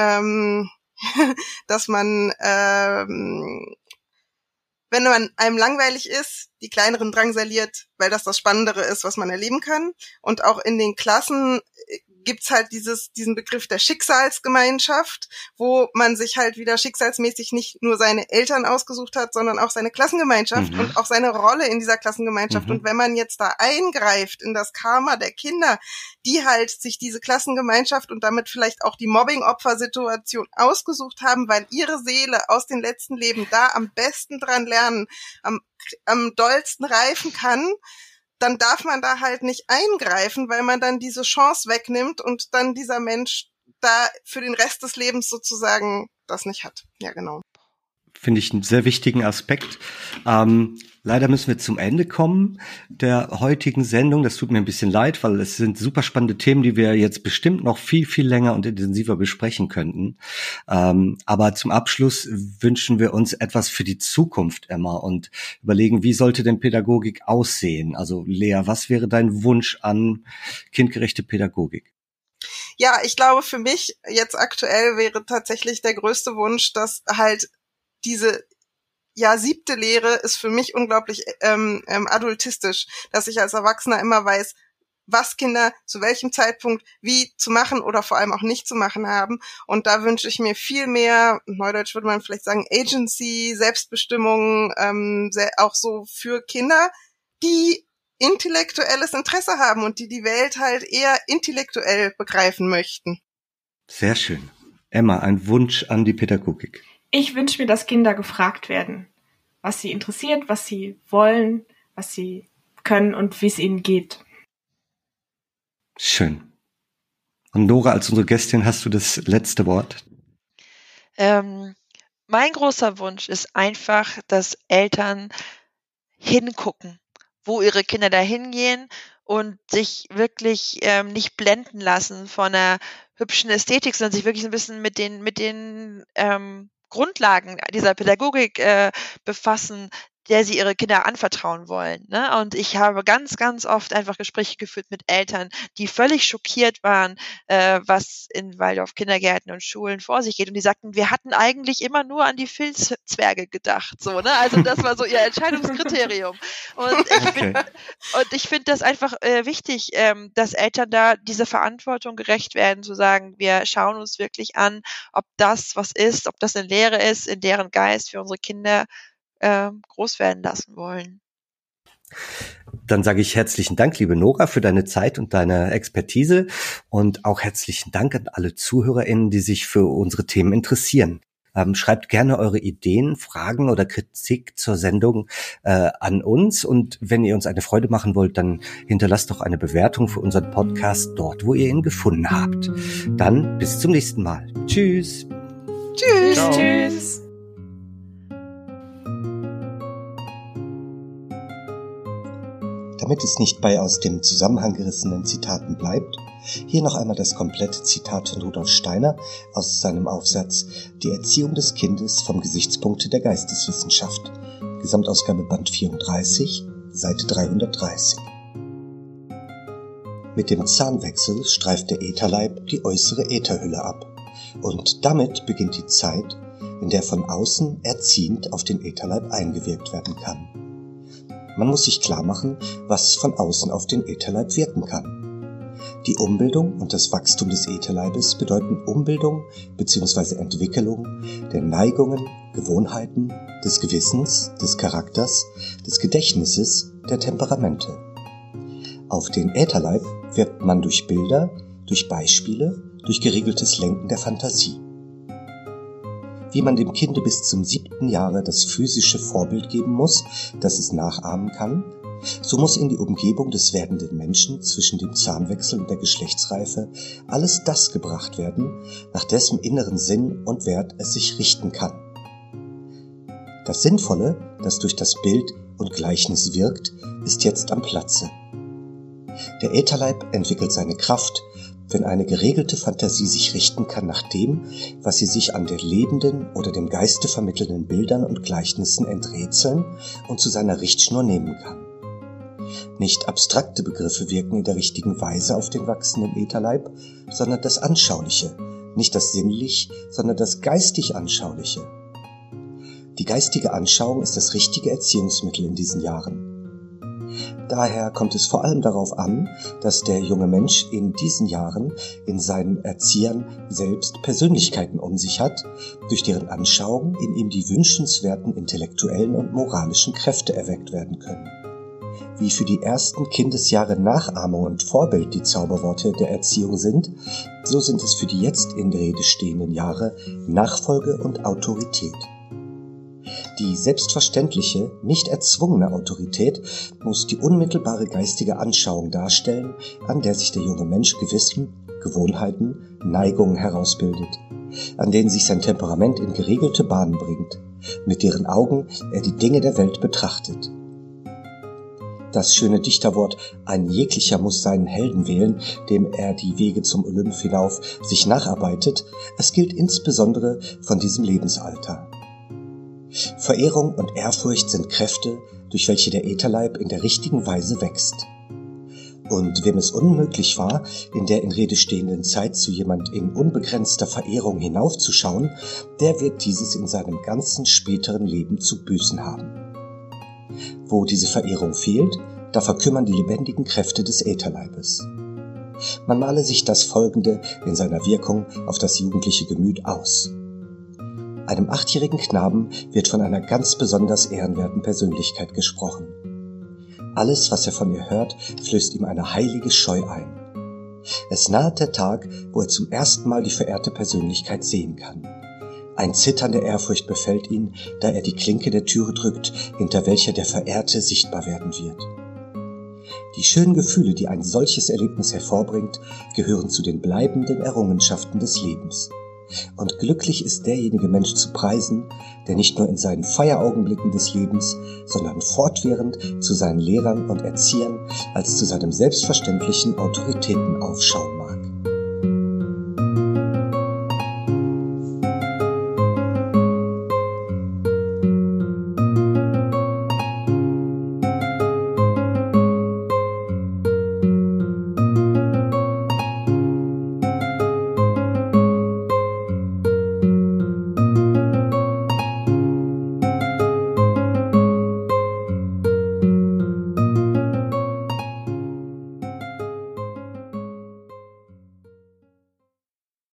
wenn man einem langweilig ist, die Kleineren drangsaliert, weil das Spannendere ist, was man erleben kann. Und auch in den Klassen gibt's halt diesen Begriff der Schicksalsgemeinschaft, wo man sich halt wieder schicksalsmäßig nicht nur seine Eltern ausgesucht hat, sondern auch seine Klassengemeinschaft und auch seine Rolle in dieser Klassengemeinschaft. Und wenn man jetzt da eingreift in das Karma der Kinder, die halt sich diese Klassengemeinschaft und damit vielleicht auch die Mobbing-Opfer-Situation ausgesucht haben, weil ihre Seele aus den letzten Leben da am besten dran lernen, am dollsten reifen kann, dann darf man da halt nicht eingreifen, weil man dann diese Chance wegnimmt und dann dieser Mensch da für den Rest des Lebens sozusagen das nicht hat. Ja, genau.
Finde ich einen sehr wichtigen Aspekt. Leider müssen wir zum Ende kommen der heutigen Sendung. Das tut mir ein bisschen leid, weil es sind super spannende Themen, die wir jetzt bestimmt noch viel, viel länger und intensiver besprechen könnten. Aber zum Abschluss wünschen wir uns etwas für die Zukunft, Emma, und überlegen, wie sollte denn Pädagogik aussehen? Also Lea, was wäre dein Wunsch an kindgerechte Pädagogik?
Ja, ich glaube, für mich jetzt aktuell wäre tatsächlich der größte Wunsch, dass halt diese 7. Lehre ist für mich unglaublich adultistisch, dass ich als Erwachsener immer weiß, was Kinder zu welchem Zeitpunkt wie zu machen oder vor allem auch nicht zu machen haben. Und da wünsche ich mir viel mehr, neudeutsch würde man vielleicht sagen, Agency, Selbstbestimmung, auch so für Kinder, die intellektuelles Interesse haben und die Welt halt eher intellektuell begreifen möchten.
Sehr schön. Emma, ein Wunsch an die Pädagogik.
Ich wünsche mir, dass Kinder gefragt werden, was sie interessiert, was sie wollen, was sie können und wie es ihnen geht.
Schön. Und Nora, als unsere Gästin hast du das letzte Wort.
Mein großer Wunsch ist einfach, dass Eltern hingucken, wo ihre Kinder da hingehen und sich wirklich nicht blenden lassen von einer hübschen Ästhetik, sondern sich wirklich ein bisschen mit den Grundlagen dieser Pädagogik befassen, der sie ihre Kinder anvertrauen wollen. Ne? Und ich habe ganz, ganz oft einfach Gespräche geführt mit Eltern, die völlig schockiert waren, was in Waldorf-Kindergärten und Schulen vor sich geht. Und die sagten, wir hatten eigentlich immer nur an die Filzzwerge gedacht. So, ne? Also das war so ihr Entscheidungskriterium. Und ich finde das einfach wichtig, dass Eltern da dieser Verantwortung gerecht werden, zu sagen, wir schauen uns wirklich an, ob das was ist, ob das eine Lehre ist, in deren Geist wir unsere Kinder groß werden lassen wollen.
Dann sage ich herzlichen Dank, liebe Nora, für deine Zeit und deine Expertise und auch herzlichen Dank an alle ZuhörerInnen, die sich für unsere Themen interessieren. Schreibt gerne eure Ideen, Fragen oder Kritik zur Sendung an uns und wenn ihr uns eine Freude machen wollt, dann hinterlasst doch eine Bewertung für unseren Podcast dort, wo ihr ihn gefunden habt. Dann bis zum nächsten Mal. Tschüss.
Tschüss.
Ciao. Tschüss.
Damit es nicht bei aus dem Zusammenhang gerissenen Zitaten bleibt, hier noch einmal das komplette Zitat von Rudolf Steiner aus seinem Aufsatz Die Erziehung des Kindes vom Gesichtspunkte der Geisteswissenschaft, Gesamtausgabe Band 34, Seite 330. Mit dem Zahnwechsel streift der Ätherleib die äußere Ätherhülle ab und damit beginnt die Zeit, in der von außen erziehend auf den Ätherleib eingewirkt werden kann. Man muss sich klar machen, was von außen auf den Ätherleib wirken kann. Die Umbildung und das Wachstum des Ätherleibes bedeuten Umbildung bzw. Entwicklung der Neigungen, Gewohnheiten, des Gewissens, des Charakters, des Gedächtnisses, der Temperamente. Auf den Ätherleib wirkt man durch Bilder, durch Beispiele, durch geregeltes Lenken der Fantasie. Wie man dem Kinde bis zum 7. Jahre das physische Vorbild geben muss, das es nachahmen kann, so muss in die Umgebung des werdenden Menschen zwischen dem Zahnwechsel und der Geschlechtsreife alles das gebracht werden, nach dessen inneren Sinn und Wert es sich richten kann. Das Sinnvolle, das durch das Bild und Gleichnis wirkt, ist jetzt am Platze. Der Ätherleib entwickelt seine Kraft, wenn eine geregelte Fantasie sich richten kann nach dem, was sie sich an den lebenden oder dem Geiste vermittelnden Bildern und Gleichnissen enträtseln und zu seiner Richtschnur nehmen kann. Nicht abstrakte Begriffe wirken in der richtigen Weise auf den wachsenden Ätherleib, sondern das Anschauliche, nicht das Sinnlich, sondern das geistig Anschauliche. Die geistige Anschauung ist das richtige Erziehungsmittel in diesen Jahren. Daher kommt es vor allem darauf an, dass der junge Mensch in diesen Jahren in seinen Erziehern selbst Persönlichkeiten um sich hat, durch deren Anschauung in ihm die wünschenswerten intellektuellen und moralischen Kräfte erweckt werden können. Wie für die ersten Kindesjahre Nachahmung und Vorbild die Zauberworte der Erziehung sind, so sind es für die jetzt in Rede stehenden Jahre Nachfolge und Autorität. Die selbstverständliche, nicht erzwungene Autorität muss die unmittelbare geistige Anschauung darstellen, an der sich der junge Mensch Gewissen, Gewohnheiten, Neigungen herausbildet, an denen sich sein Temperament in geregelte Bahnen bringt, mit deren Augen er die Dinge der Welt betrachtet. Das schöne Dichterwort „ein jeglicher muss seinen Helden wählen, dem er die Wege zum Olymp hinauf sich nacharbeitet“, es gilt insbesondere von diesem Lebensalter. Verehrung und Ehrfurcht sind Kräfte, durch welche der Ätherleib in der richtigen Weise wächst. Und wem es unmöglich war, in der in Rede stehenden Zeit zu jemand in unbegrenzter Verehrung hinaufzuschauen, der wird dieses in seinem ganzen späteren Leben zu büßen haben. Wo diese Verehrung fehlt, da verkümmern die lebendigen Kräfte des Ätherleibes. Man male sich das Folgende in seiner Wirkung auf das jugendliche Gemüt aus. Einem 8-jährigen Knaben wird von einer ganz besonders ehrenwerten Persönlichkeit gesprochen. Alles, was er von ihr hört, flößt ihm eine heilige Scheu ein. Es naht der Tag, wo er zum ersten Mal die verehrte Persönlichkeit sehen kann. Ein Zittern der Ehrfurcht befällt ihn, da er die Klinke der Türe drückt, hinter welcher der Verehrte sichtbar werden wird. Die schönen Gefühle, die ein solches Erlebnis hervorbringt, gehören zu den bleibenden Errungenschaften des Lebens. Und glücklich ist derjenige Mensch zu preisen, der nicht nur in seinen Feieraugenblicken des Lebens, sondern fortwährend zu seinen Lehrern und Erziehern als zu seinem selbstverständlichen Autoritäten aufschauen